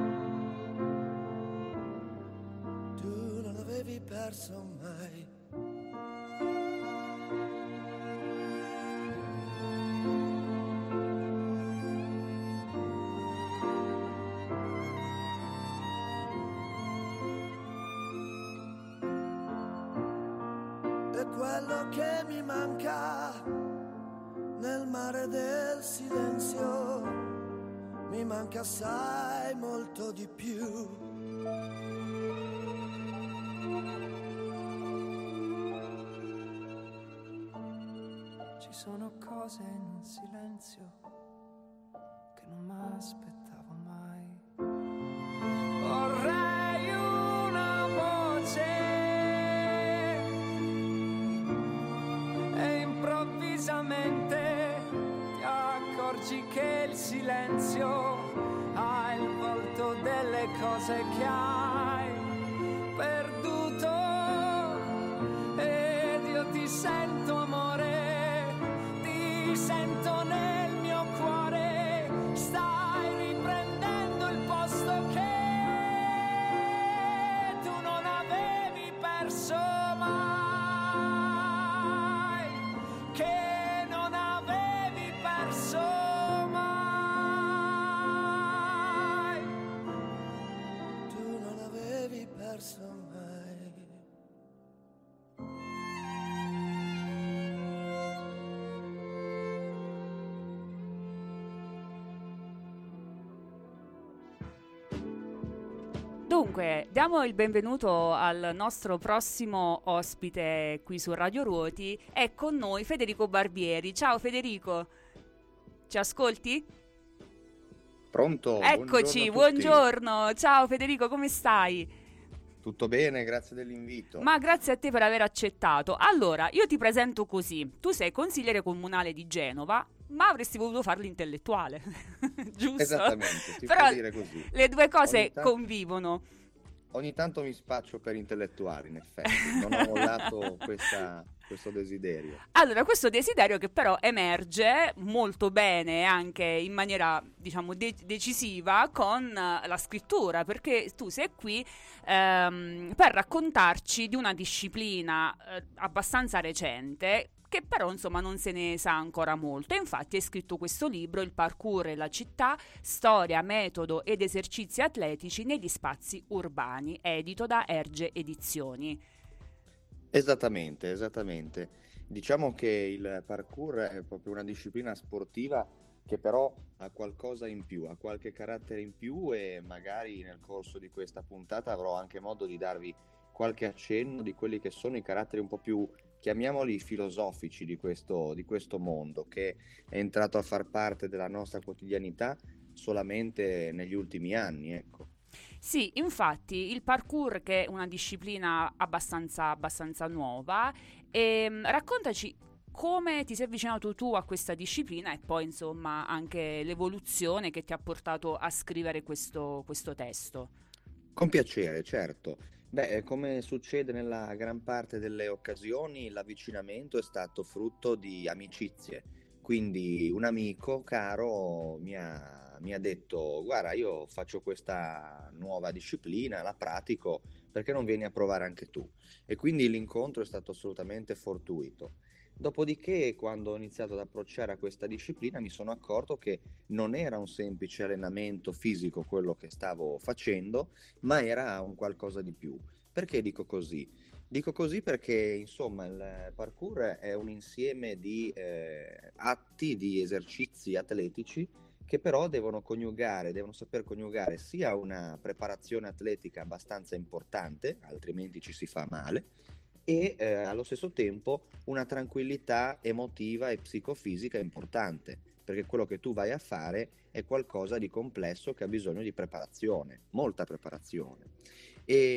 tu non avevi perso mai. E quello che mi manca nel mare del silenzio mi manca assai molto di più. Ci sono cose in un silenzio che non m'aspettavo mai. Vorrei una voce e improvvisamente ti accorgi che il silenzio ha il volto delle cose che hai perduto, ed io ti sento amore, ti sento nel mio cuore, stai riprendendo il posto che tu non avevi perso mai, che non avevi perso mai. Dunque, diamo il benvenuto al nostro prossimo ospite qui su Radio Ruoti. È con noi Federico Barbieri. Ciao Federico, ci ascolti? Pronto? Eccoci, buongiorno. Ciao Federico, come stai? Tutto bene, grazie dell'invito. Ma grazie a te per aver accettato. Allora, io ti presento così. Tu sei consigliere comunale di Genova, ma avresti voluto farlo intellettuale, giusto? Esattamente, si Però può dire così. Le due cose convivono. Ogni tanto mi spaccio per intellettuale, in effetti. Non ho mollato questo desiderio. Allora, questo desiderio che però emerge molto bene, anche in maniera, diciamo, decisiva con la scrittura, perché tu sei qui per raccontarci di una disciplina abbastanza recente, che però insomma non se ne sa ancora molto. E infatti hai scritto questo libro, Il parkour e la città, storia, metodo ed esercizi atletici negli spazi urbani, edito da Erge Edizioni. Esattamente. Diciamo che il parkour è proprio una disciplina sportiva che però ha qualcosa in più, ha qualche carattere in più, e magari nel corso di questa puntata avrò anche modo di darvi qualche accenno di quelli che sono i caratteri un po' più, chiamiamoli filosofici, di questo mondo, che è entrato a far parte della nostra quotidianità solamente negli ultimi anni, ecco. Sì, infatti il parkour, che è una disciplina abbastanza nuova, raccontaci come ti sei avvicinato tu a questa disciplina e poi insomma anche l'evoluzione che ti ha portato a scrivere questo testo. Con piacere, certo. Beh, come succede nella gran parte delle occasioni, l'avvicinamento è stato frutto di amicizie. Quindi un amico caro mi ha detto: guarda, io faccio questa nuova disciplina, la pratico, perché non vieni a provare anche tu? E quindi l'incontro è stato assolutamente fortuito. Dopodiché, quando ho iniziato ad approcciare a questa disciplina, mi sono accorto che non era un semplice allenamento fisico quello che stavo facendo, ma era un qualcosa di più. Perché dico così? Dico così perché, insomma, il parkour è un insieme di atti, di esercizi atletici che però devono saper coniugare sia una preparazione atletica abbastanza importante, altrimenti ci si fa male, e allo stesso tempo una tranquillità emotiva e psicofisica importante, perché quello che tu vai a fare è qualcosa di complesso che ha bisogno di preparazione, molta preparazione. E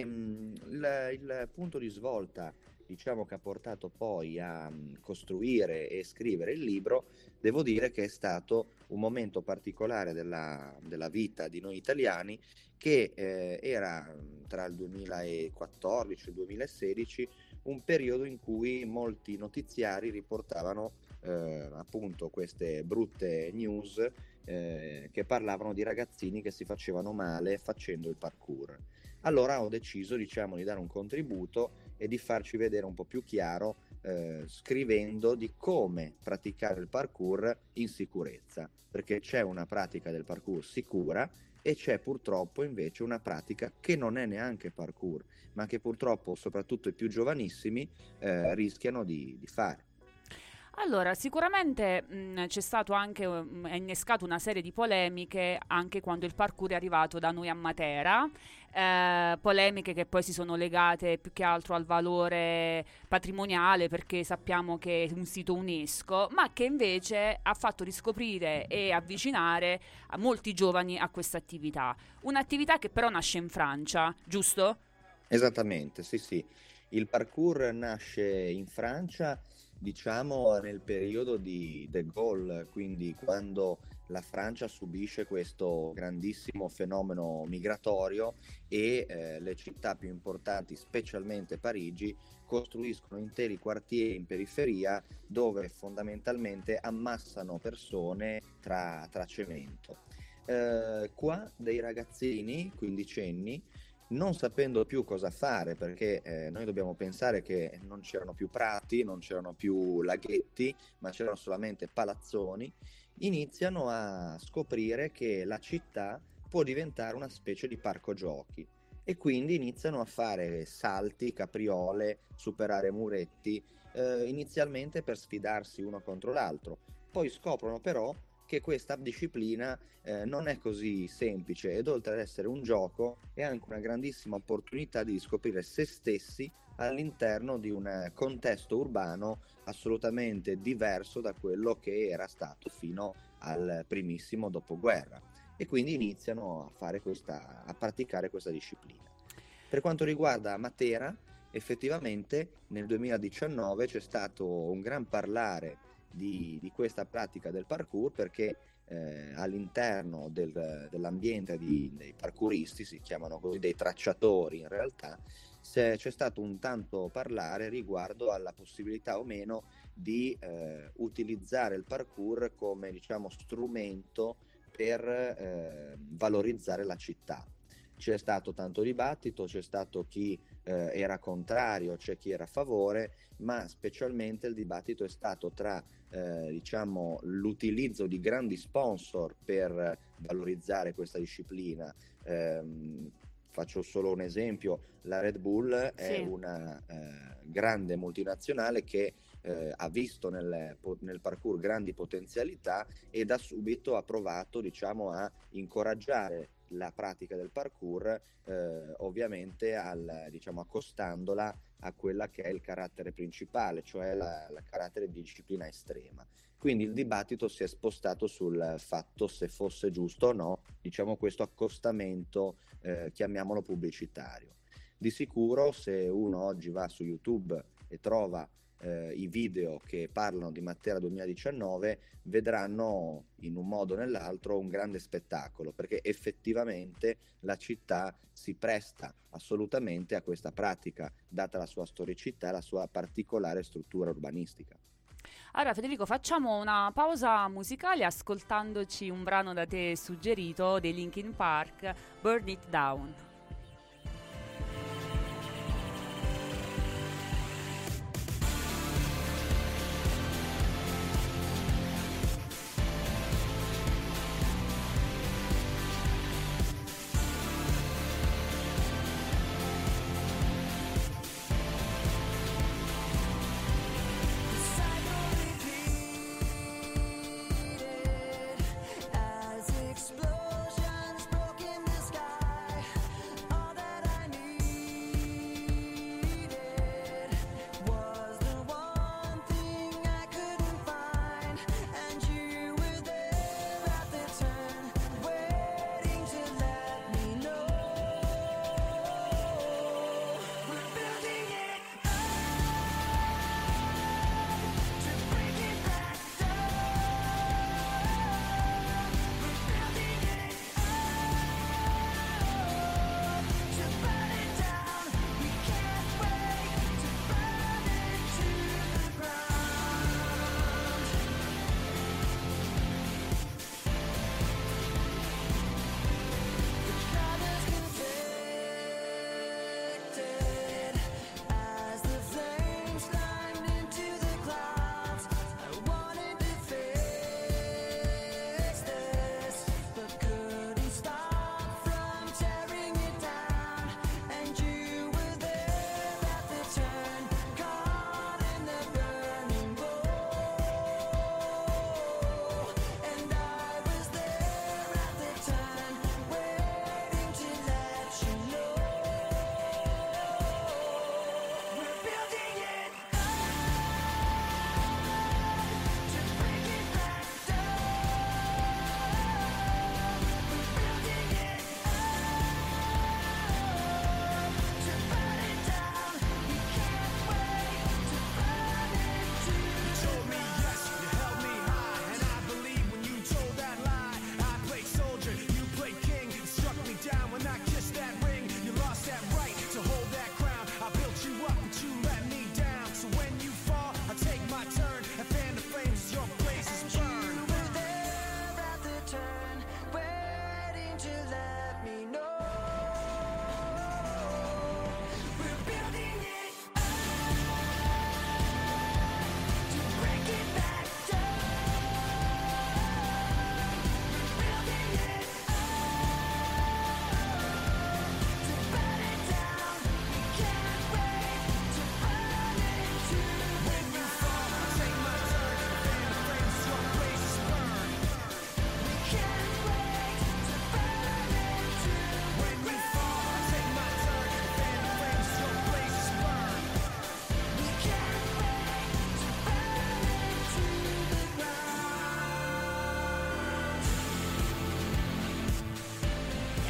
il punto di svolta, diciamo, che ha portato poi a costruire e scrivere il libro, devo dire che è stato un momento particolare della vita di noi italiani, che era tra il 2014 e il 2016 un periodo in cui molti notiziari riportavano appunto queste brutte news che parlavano di ragazzini che si facevano male facendo il parkour. Allora ho deciso, diciamo, di dare un contributo e di farci vedere un po' più chiaro, scrivendo di come praticare il parkour in sicurezza, perché c'è una pratica del parkour sicura e c'è purtroppo invece una pratica che non è neanche parkour, ma che purtroppo soprattutto i più giovanissimi rischiano di fare. Allora, sicuramente c'è stato anche, è innescato una serie di polemiche anche quando il parkour è arrivato da noi a Matera, polemiche che poi si sono legate più che altro al valore patrimoniale, perché sappiamo che è un sito UNESCO, ma che invece ha fatto riscoprire e avvicinare a molti giovani a questa attività. Un'attività che però nasce in Francia, giusto? Esattamente, sì. Il parkour nasce in Francia, diciamo nel periodo di De Gaulle, quindi quando la Francia subisce questo grandissimo fenomeno migratorio e le città più importanti, specialmente Parigi, costruiscono interi quartieri in periferia dove fondamentalmente ammassano persone tra cemento. Qua dei ragazzini quindicenni, non sapendo più cosa fare, perché noi dobbiamo pensare che non c'erano più prati, non c'erano più laghetti, ma c'erano solamente palazzoni, iniziano a scoprire che la città può diventare una specie di parco giochi, e quindi iniziano a fare salti, capriole, superare muretti, inizialmente per sfidarsi uno contro l'altro. Poi scoprono però che questa disciplina non è così semplice ed oltre ad essere un gioco è anche una grandissima opportunità di scoprire se stessi all'interno di un contesto urbano assolutamente diverso da quello che era stato fino al primissimo dopoguerra, e quindi iniziano a praticare questa disciplina. Per quanto riguarda Matera, effettivamente nel 2019 c'è stato un gran parlare di questa pratica del parkour, perché all'interno dell'ambiente dei parkouristi, si chiamano così, dei tracciatori in realtà, c'è stato un tanto parlare riguardo alla possibilità o meno di utilizzare il parkour come, diciamo, strumento per valorizzare la città. C'è stato tanto dibattito, c'è stato chi era contrario, c'è chi era a favore, ma specialmente il dibattito è stato tra diciamo, l'utilizzo di grandi sponsor per valorizzare questa disciplina. Faccio solo un esempio: la Red Bull è una grande multinazionale che ha visto nel parkour grandi potenzialità e da subito ha provato, diciamo, a incoraggiare la pratica del parkour, ovviamente diciamo, accostandola a quella che è il carattere principale, cioè il carattere di disciplina estrema. Quindi il dibattito si è spostato sul fatto se fosse giusto o no, diciamo, questo accostamento, chiamiamolo pubblicitario. Di sicuro, se uno oggi va su YouTube e trova i video che parlano di Matera 2019, vedranno in un modo o nell'altro un grande spettacolo, perché effettivamente la città si presta assolutamente a questa pratica, data la sua storicità e la sua particolare struttura urbanistica. Allora Federico, facciamo una pausa musicale ascoltandoci un brano da te suggerito dei Linkin Park, Burn It Down. Explosions broke in the sky.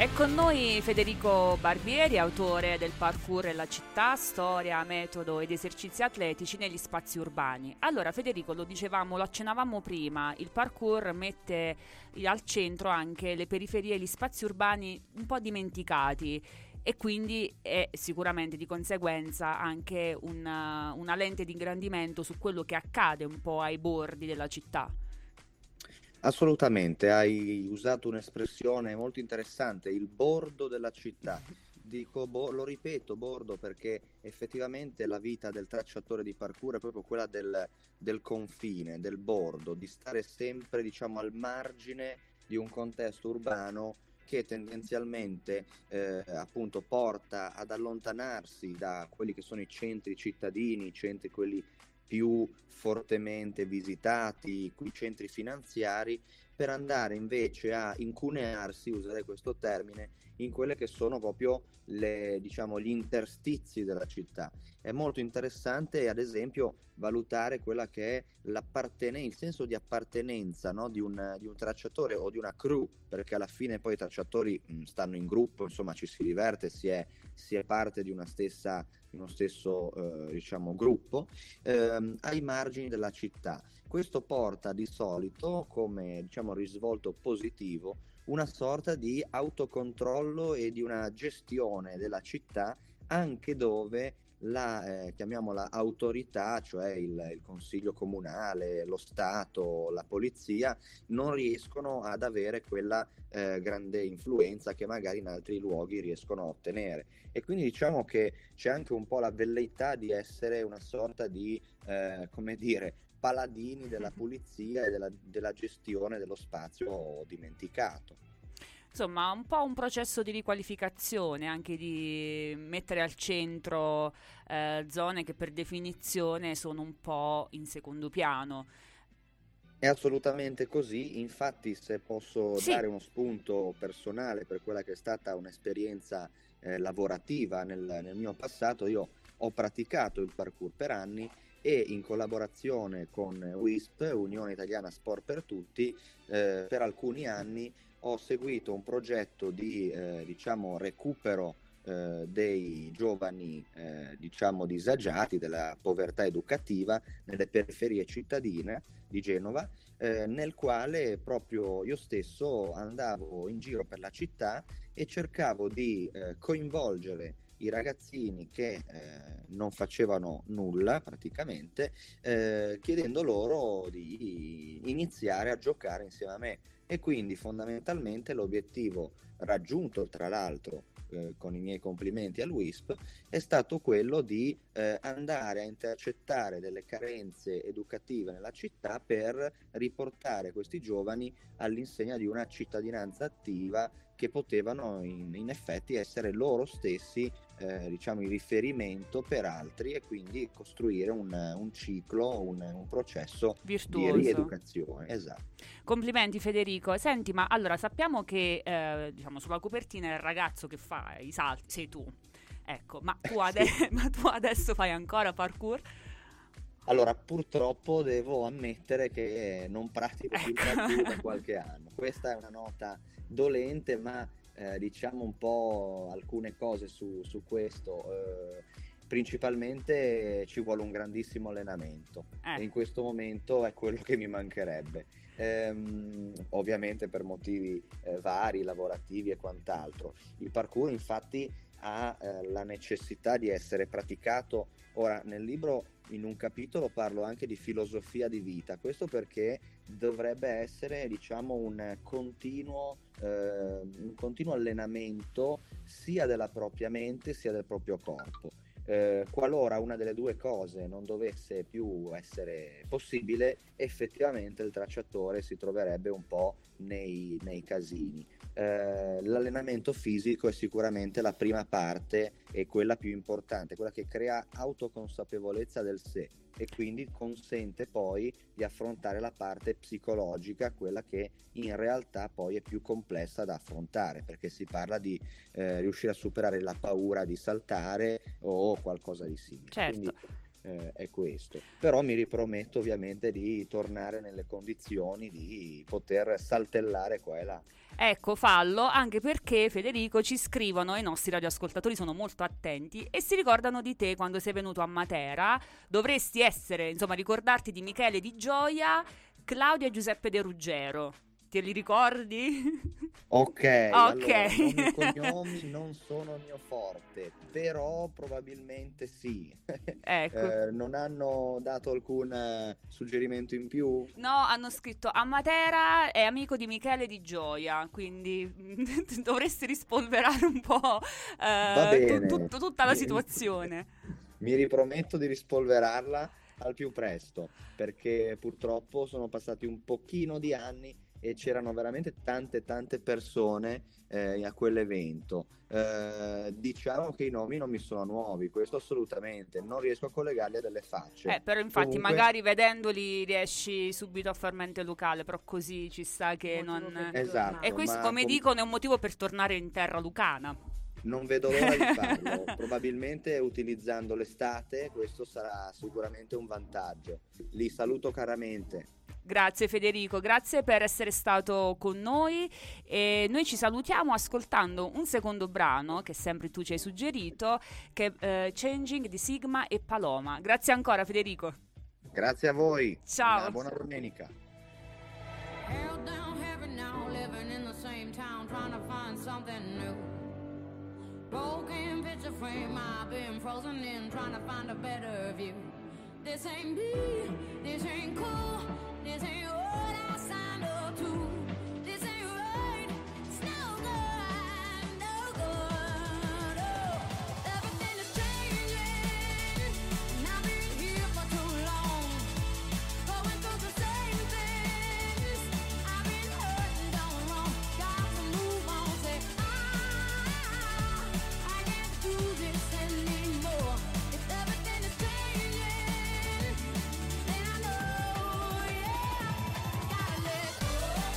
È con noi Federico Barbieri, autore del Parkour e la città, storia, metodo ed esercizi atletici negli spazi urbani. Allora Federico, lo dicevamo, lo accennavamo prima, il parkour mette al centro anche le periferie e gli spazi urbani un po' dimenticati e quindi è sicuramente di conseguenza anche una lente di ingrandimento su quello che accade un po' ai bordi della città. Assolutamente, hai usato un'espressione molto interessante, il bordo della città. Dico, lo ripeto, bordo, perché effettivamente la vita del tracciatore di parkour è proprio quella del confine, del bordo, di stare sempre, diciamo, al margine di un contesto urbano che tendenzialmente appunto porta ad allontanarsi da quelli che sono i centri cittadini, i centri quelli più fortemente visitati, i centri finanziari, per andare invece a incunearsi, userei questo termine, in quelle che sono proprio gli interstizi della città. È molto interessante, ad esempio, valutare quella che è il senso di appartenenza, no? di un tracciatore o di una crew, perché alla fine poi i tracciatori stanno in gruppo, insomma ci si diverte, si è parte di uno stesso diciamo gruppo, ai margini della città. Questo porta di solito come, diciamo, risvolto positivo una sorta di autocontrollo e di una gestione della città anche dove chiamiamola autorità, cioè il consiglio comunale, lo Stato, la polizia, non riescono ad avere quella grande influenza che magari in altri luoghi riescono a ottenere. E quindi diciamo che c'è anche un po' la velleità di essere una sorta di, come dire, paladini della pulizia e della gestione dello spazio dimenticato. Insomma, un po' un processo di riqualificazione, anche di mettere al centro zone che per definizione sono un po' in secondo piano. È assolutamente così, infatti se posso dare uno spunto personale per quella che è stata un'esperienza lavorativa nel mio passato, io ho praticato il parkour per anni e in collaborazione con WISP, Unione Italiana Sport per Tutti, per alcuni anni ho seguito un progetto di diciamo recupero dei giovani diciamo disagiati, della povertà educativa nelle periferie cittadine di Genova, nel quale proprio io stesso andavo in giro per la città e cercavo di coinvolgere i ragazzini che non facevano nulla praticamente, chiedendo loro di iniziare a giocare insieme a me. E quindi fondamentalmente l'obiettivo raggiunto, tra l'altro con i miei complimenti all'WISP, è stato quello di andare a intercettare delle carenze educative nella città per riportare questi giovani all'insegna di una cittadinanza attiva che potevano in effetti essere loro stessi diciamo il riferimento per altri e quindi costruire un ciclo, un processo virtuoso di rieducazione. Esatto. Complimenti Federico. Senti, ma allora sappiamo che diciamo sulla copertina è il ragazzo che fa i salti, sei tu. Ecco, ma tu, ma tu adesso fai ancora parkour? Allora, purtroppo devo ammettere che non pratico più parkour da qualche anno. Questa è una nota dolente, ma diciamo un po' alcune cose su questo. Principalmente ci vuole un grandissimo allenamento e in questo momento è quello che mi mancherebbe. Ovviamente per motivi vari, lavorativi e quant'altro. Il parkour infatti ha la necessità di essere praticato. Ora, nel libro in un capitolo parlo anche di filosofia di vita, questo perché dovrebbe essere, diciamo, un continuo allenamento sia della propria mente sia del proprio corpo. Qualora una delle due cose non dovesse più essere possibile, effettivamente il tracciatore si troverebbe un po' nei casini. L'allenamento fisico è sicuramente la prima parte e quella più importante, quella che crea autoconsapevolezza del sé e quindi consente poi di affrontare la parte psicologica, quella che in realtà poi è più complessa da affrontare, perché si parla di riuscire a superare la paura di saltare o qualcosa di simile. Certo. Quindi è questo. Però mi riprometto ovviamente di tornare nelle condizioni di poter saltellare qua e là. Ecco, fallo, anche perché, Federico, ci scrivono, i nostri radioascoltatori sono molto attenti e si ricordano di te quando sei venuto a Matera. Dovresti ricordarti di Michele Di Gioia, Claudia e Giuseppe De Ruggero. Te li ricordi? Ok. Allora, nomi e cognomi non sono il mio forte, però probabilmente sì. Ecco. Non hanno dato alcun suggerimento in più? No, hanno scritto a Matera è amico di Michele Di Gioia, quindi dovresti rispolverare un po' tutta la situazione. Mi riprometto di rispolverarla al più presto, perché purtroppo sono passati un pochino di anni e c'erano veramente tante persone a quell'evento. Diciamo che i nomi non mi sono nuovi, questo assolutamente, non riesco a collegarli a delle facce. Però infatti Comunque, magari vedendoli riesci subito a far mente locale, però così ci sta che non... Esatto. E questo, come dicono, è un motivo per tornare in terra lucana. Non vedo l'ora di farlo, probabilmente utilizzando l'estate, questo sarà sicuramente un vantaggio. Li saluto caramente. Grazie Federico, grazie per essere stato con noi e noi ci salutiamo ascoltando un secondo brano che sempre tu ci hai suggerito, che è Changing di Sigma e Paloma. Grazie ancora Federico. Grazie a voi. Ciao. Buona domenica. Held down heaven now, living in the same town, trying to find something new. Broken picture frame, I've been frozen in, trying to find a better view. This ain't me, this ain't cool, this ain't what I signed up to. This ain't right, it's no good, no good. Oh, everything is changing, and I've been here for too long, going through the same things. I've been hurt and done wrong, got to move on. Say I can't do this anymore. If everything is changing, then I know, yeah, gotta let go.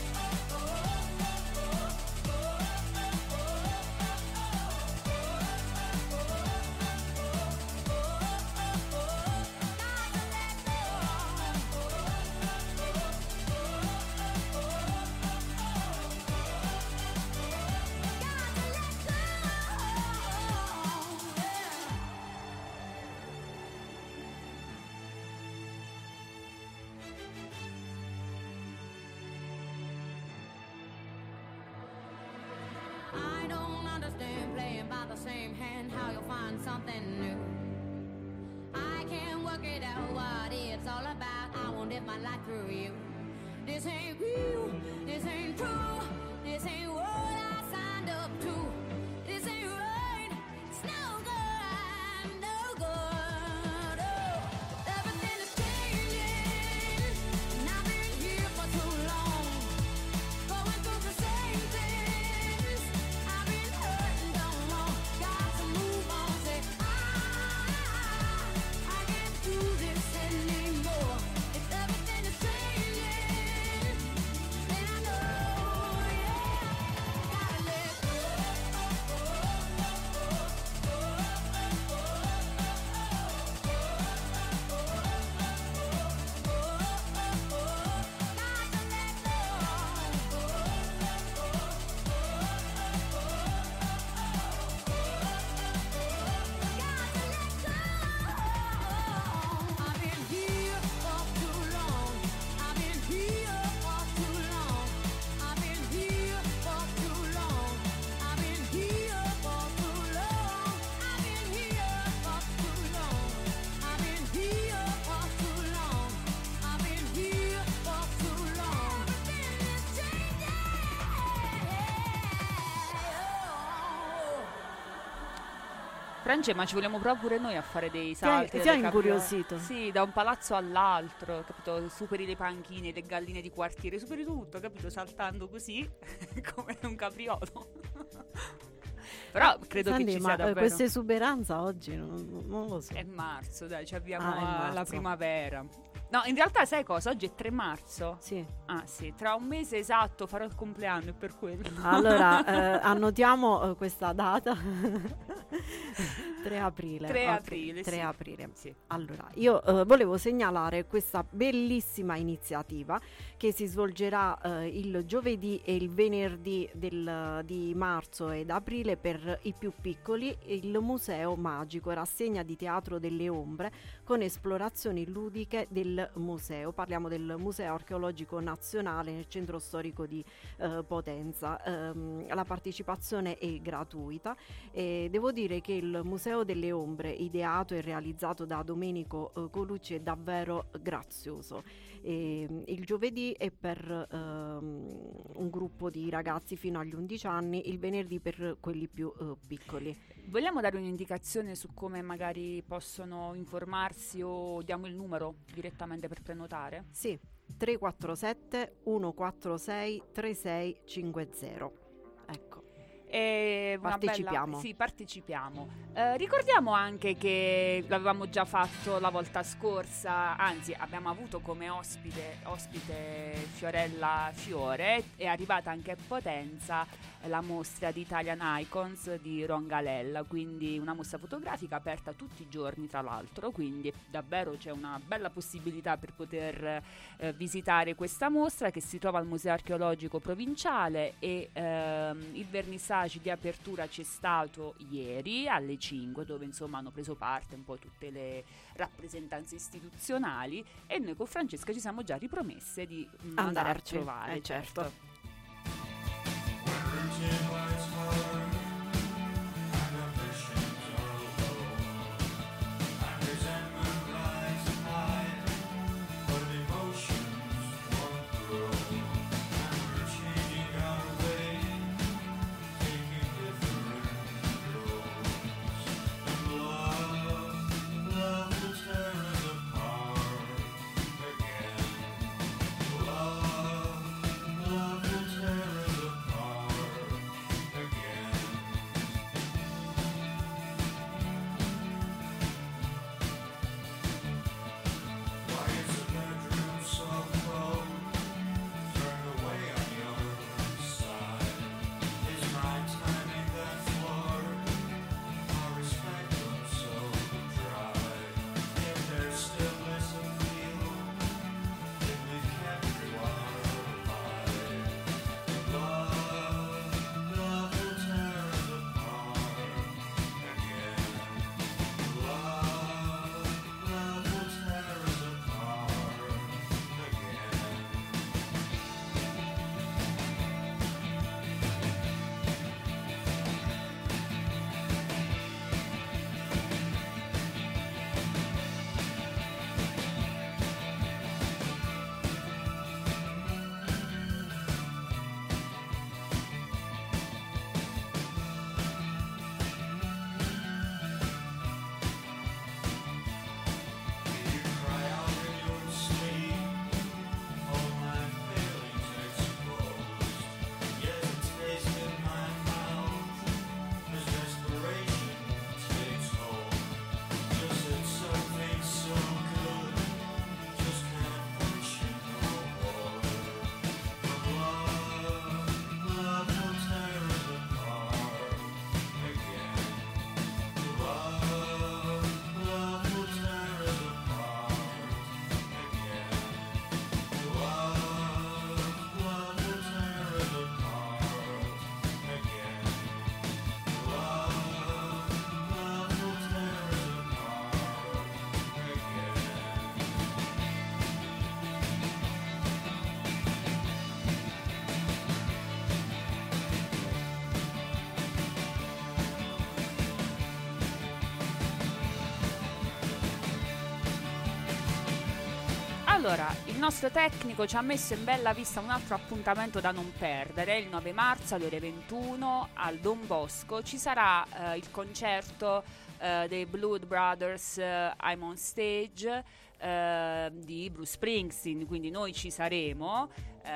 I don't understand playing by the same hand, how you'll find something new. I can't work it out what it's all about. I won't live my life through you. This ain't real, this ain't true, this ain't what I signed up to. This ain't right, it's no good, no good. Oh, everything is changing, and I've been here for too long, going through the same things. I've been hurt and done wrong, got to move on. Say I can't do this anymore. If everything is changing, then I know, yeah, gotta let go. I've been here for too long. I've been here for too long. I've been here for too long. I've been here for too long. I've been here for too long. I've been here for too long. I've been here for too long. Everything is changing. France, ma ci vogliamo provare pure noi a fare dei salti. ti ha delle incuriosito? Sì, da un palazzo all'altro, capito? Superi le panchine, le galline di quartiere, superi tutto, capito? Saltando così, come un capriolo. Però credo Senti, che ci ma sia davvero... questa esuberanza oggi non lo so. È marzo, dai, ci abbiamo Ah, è alla marzo. primavera. No, in realtà sai cosa? Oggi è 3 marzo. Sì. Ah sì, tra un mese esatto farò il compleanno, è per quello. Allora, annotiamo questa data 3 aprile. 3 okay. aprile, 3 sì. aprile. Sì. Allora, io volevo segnalare questa bellissima iniziativa che si svolgerà il giovedì e il venerdì di marzo ed aprile per i più piccoli, il Museo Magico, rassegna di teatro delle ombre con esplorazioni ludiche del museo. Parliamo del Museo Archeologico Nazionale nel centro storico di Potenza. La partecipazione è gratuita e devo dire che il Museo delle Ombre, ideato e realizzato da Domenico Colucci, è davvero grazioso. Il giovedì è per un gruppo di ragazzi fino agli 11 anni, il venerdì per quelli più piccoli. Vogliamo dare un'indicazione su come magari possono informarsi o diamo il numero direttamente per prenotare? Sì, 347 146 3650. Ecco. Partecipiamo. Sì, partecipiamo. Ricordiamo anche che l'avevamo già fatto la volta scorsa, anzi abbiamo avuto come ospite Fiorella Fiore, è arrivata anche a Potenza la mostra di Italian Icons di Rongalella, quindi una mostra fotografica aperta tutti i giorni tra l'altro, quindi davvero c'è una bella possibilità per poter visitare questa mostra che si trova al Museo Archeologico Provinciale e il vernissage di apertura c'è stato ieri alle 5, dove insomma hanno preso parte un po' tutte le rappresentanze istituzionali e noi con Francesca ci siamo già ripromesse di andare a trovare. Certo. Allora, il nostro tecnico ci ha messo in bella vista un altro appuntamento da non perdere. Il 9 marzo alle ore 21 al Don Bosco ci sarà il concerto dei Blood Brothers I'm on Stage di Bruce Springsteen, quindi noi ci saremo,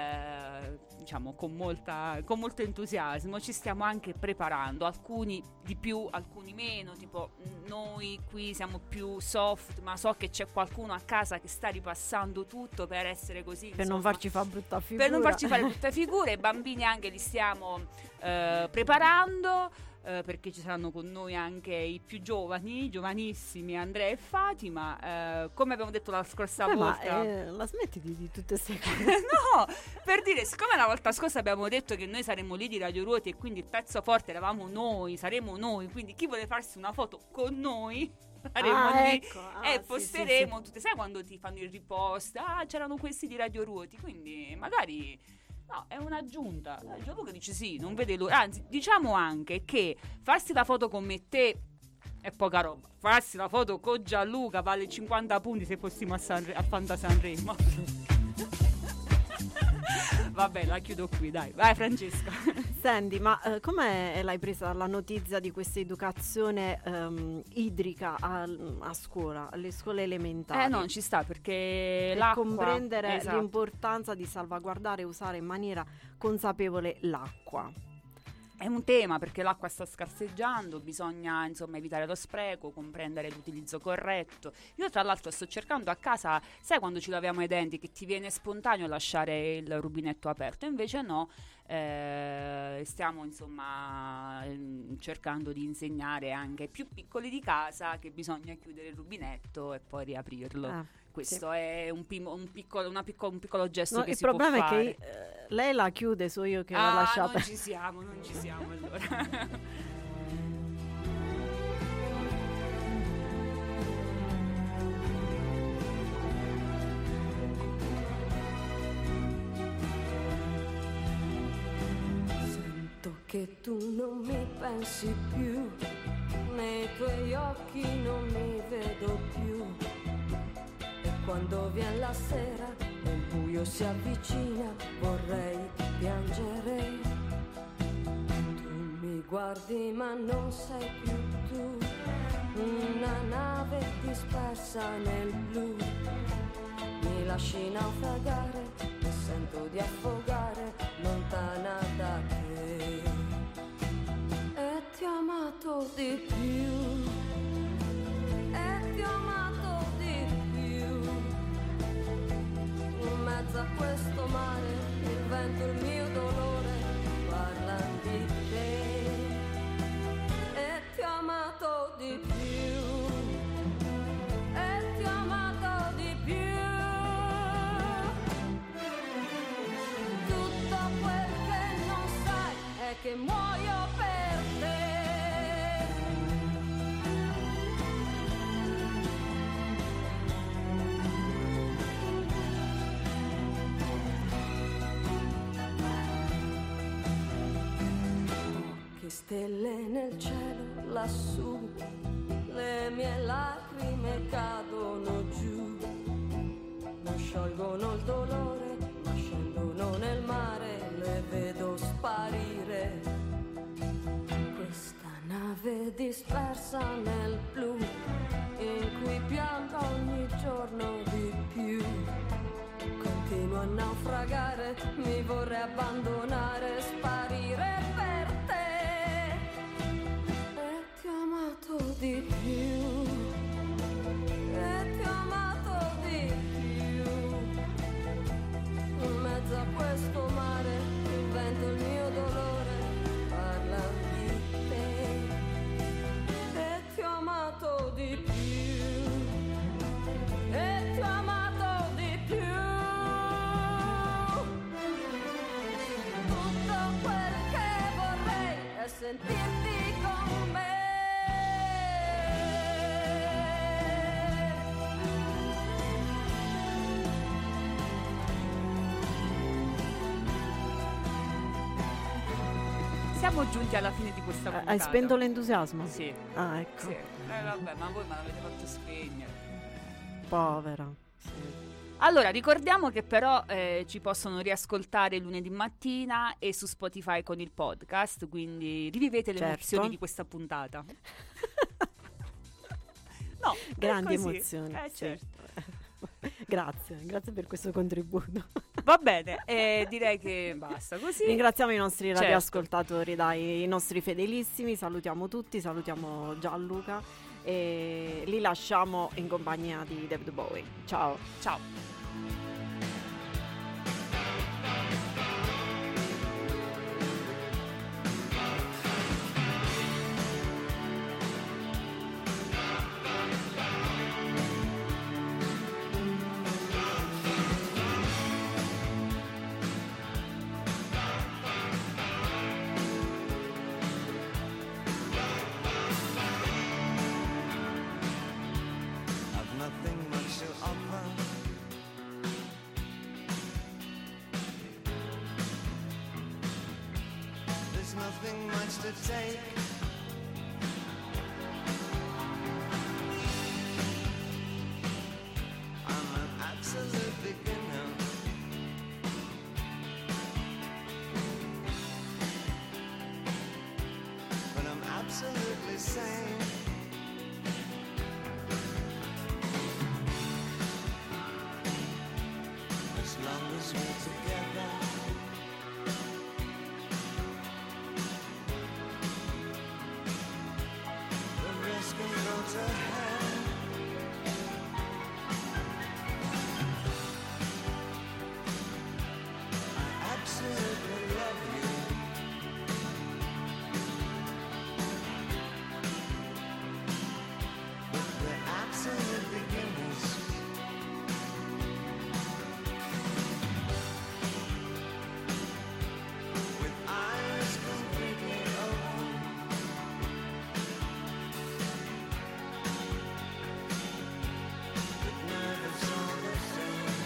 diciamo con molto entusiasmo. Ci stiamo anche preparando, alcuni di più, alcuni meno, tipo noi qui siamo più soft, ma so che c'è qualcuno a casa che sta ripassando tutto per essere così, per non farci fare brutta figura, per non farci fare brutte figure. I bambini anche li stiamo preparando. perché ci saranno con noi anche i più giovani, giovanissimi, Andrea e Fatima. Come abbiamo detto la scorsa volta, la smetti di tutte queste cose? No, per dire, siccome la volta scorsa abbiamo detto che noi saremmo lì di Radio Ruoti e quindi il pezzo forte eravamo noi, saremo noi, quindi chi vuole farsi una foto con noi saremo lì e posteremo sì. tutte, sai quando ti fanno il ripost, c'erano questi di Radio Ruoti, quindi magari no, è un'aggiunta. Gianluca dice sì, non vede l'ora. Anzi, diciamo anche che farsi la foto con me e te è poca roba. Farsi la foto con Gianluca vale 50 punti se fossimo a Fanta Sanremo. Vabbè, la chiudo qui, dai. Vai Francesca. Senti, ma come l'hai presa la notizia di questa educazione idrica a scuola, alle scuole elementari? No, ci sta, perché per l'acqua, comprendere esatto, l'importanza di salvaguardare e usare in maniera consapevole l'acqua. È un tema perché l'acqua sta scarseggiando, bisogna insomma evitare lo spreco, comprendere l'utilizzo corretto. Io tra l'altro sto cercando a casa, sai quando ci laviamo i denti che ti viene spontaneo lasciare il rubinetto aperto, invece no, stiamo insomma cercando di insegnare anche ai più piccoli di casa che bisogna chiudere il rubinetto e poi riaprirlo. Questo è un piccolo gesto che si può fare. Il problema è che lei la chiude, so io che la lasciata. Non ci siamo allora. Sento che tu non mi pensi più, nei tuoi occhi non mi vedo più. Quando viene la sera e il buio si avvicina, vorrei piangere. Tu mi guardi ma non sei più tu, una nave dispersa nel blu. Mi lasci naufragare e sento di affogare lontana da te. E ti ho amato di più, e ti ho amato di più. In mezzo a questo mare, il vento, il mio dolore parlano di te. E ti ho amato di più, e ti ho amato di più. Tutto quel che non sai è che muoio per te. Stelle nel cielo lassù, le mie lacrime cadono giù, non sciolgono il dolore, ma scendono nel mare, le vedo sparire. Questa nave dispersa nel blu, in cui piango ogni giorno di più. Continuo a naufragare, mi vorrei abbandonare, sparire per te. Di più, e ti ho amato di più. In mezzo a questo mare, il vento, il mio dolore parla di te. E ti ho amato di più, e ti ho amato di più. Tutto quel che vorrei è sentirti con me. Siamo giunti alla fine di questa puntata. Hai spento l'entusiasmo? Sì. Ecco. Sì. Vabbè, ma voi me l'avete fatto spegnere. Povera. Sì. Allora, ricordiamo che però ci possono riascoltare lunedì mattina e su Spotify con il podcast, quindi rivivete le emozioni di questa puntata. No, grandi emozioni. Certo. Grazie per questo contributo. Va bene, direi che basta così. Ringraziamo i nostri radioascoltatori, dai, i nostri fedelissimi, salutiamo tutti, salutiamo Gianluca e li lasciamo in compagnia di David Bowie. Ciao. Ciao. nothing much to take. I'm an absolute beginner. But I'm absolutely sane. As long as we're together. The rest can go to hell. I absolutely love you. But we're absolute beginners. With eyes completely open. But nerves all the same.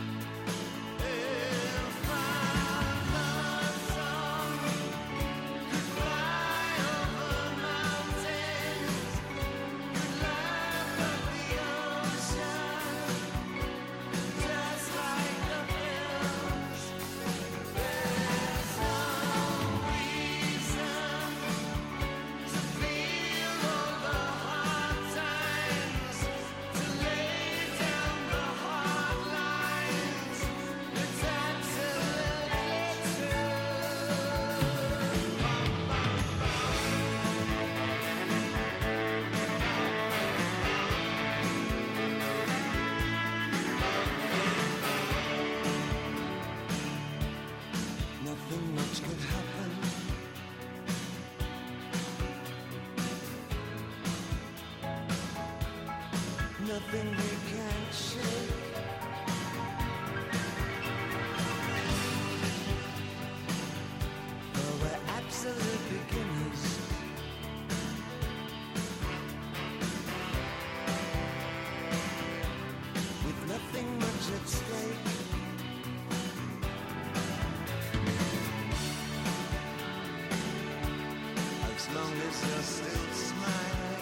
If our song could fly over mountains, could laugh at the ocean, just like the hills. There's no reason to feel all the hard times, to lay down the hard lines. It's absolutely true. Nothing much could happen. Nothing we can't shake. For we're absolute beginners. With nothing much at stake. As long as you're still smiling.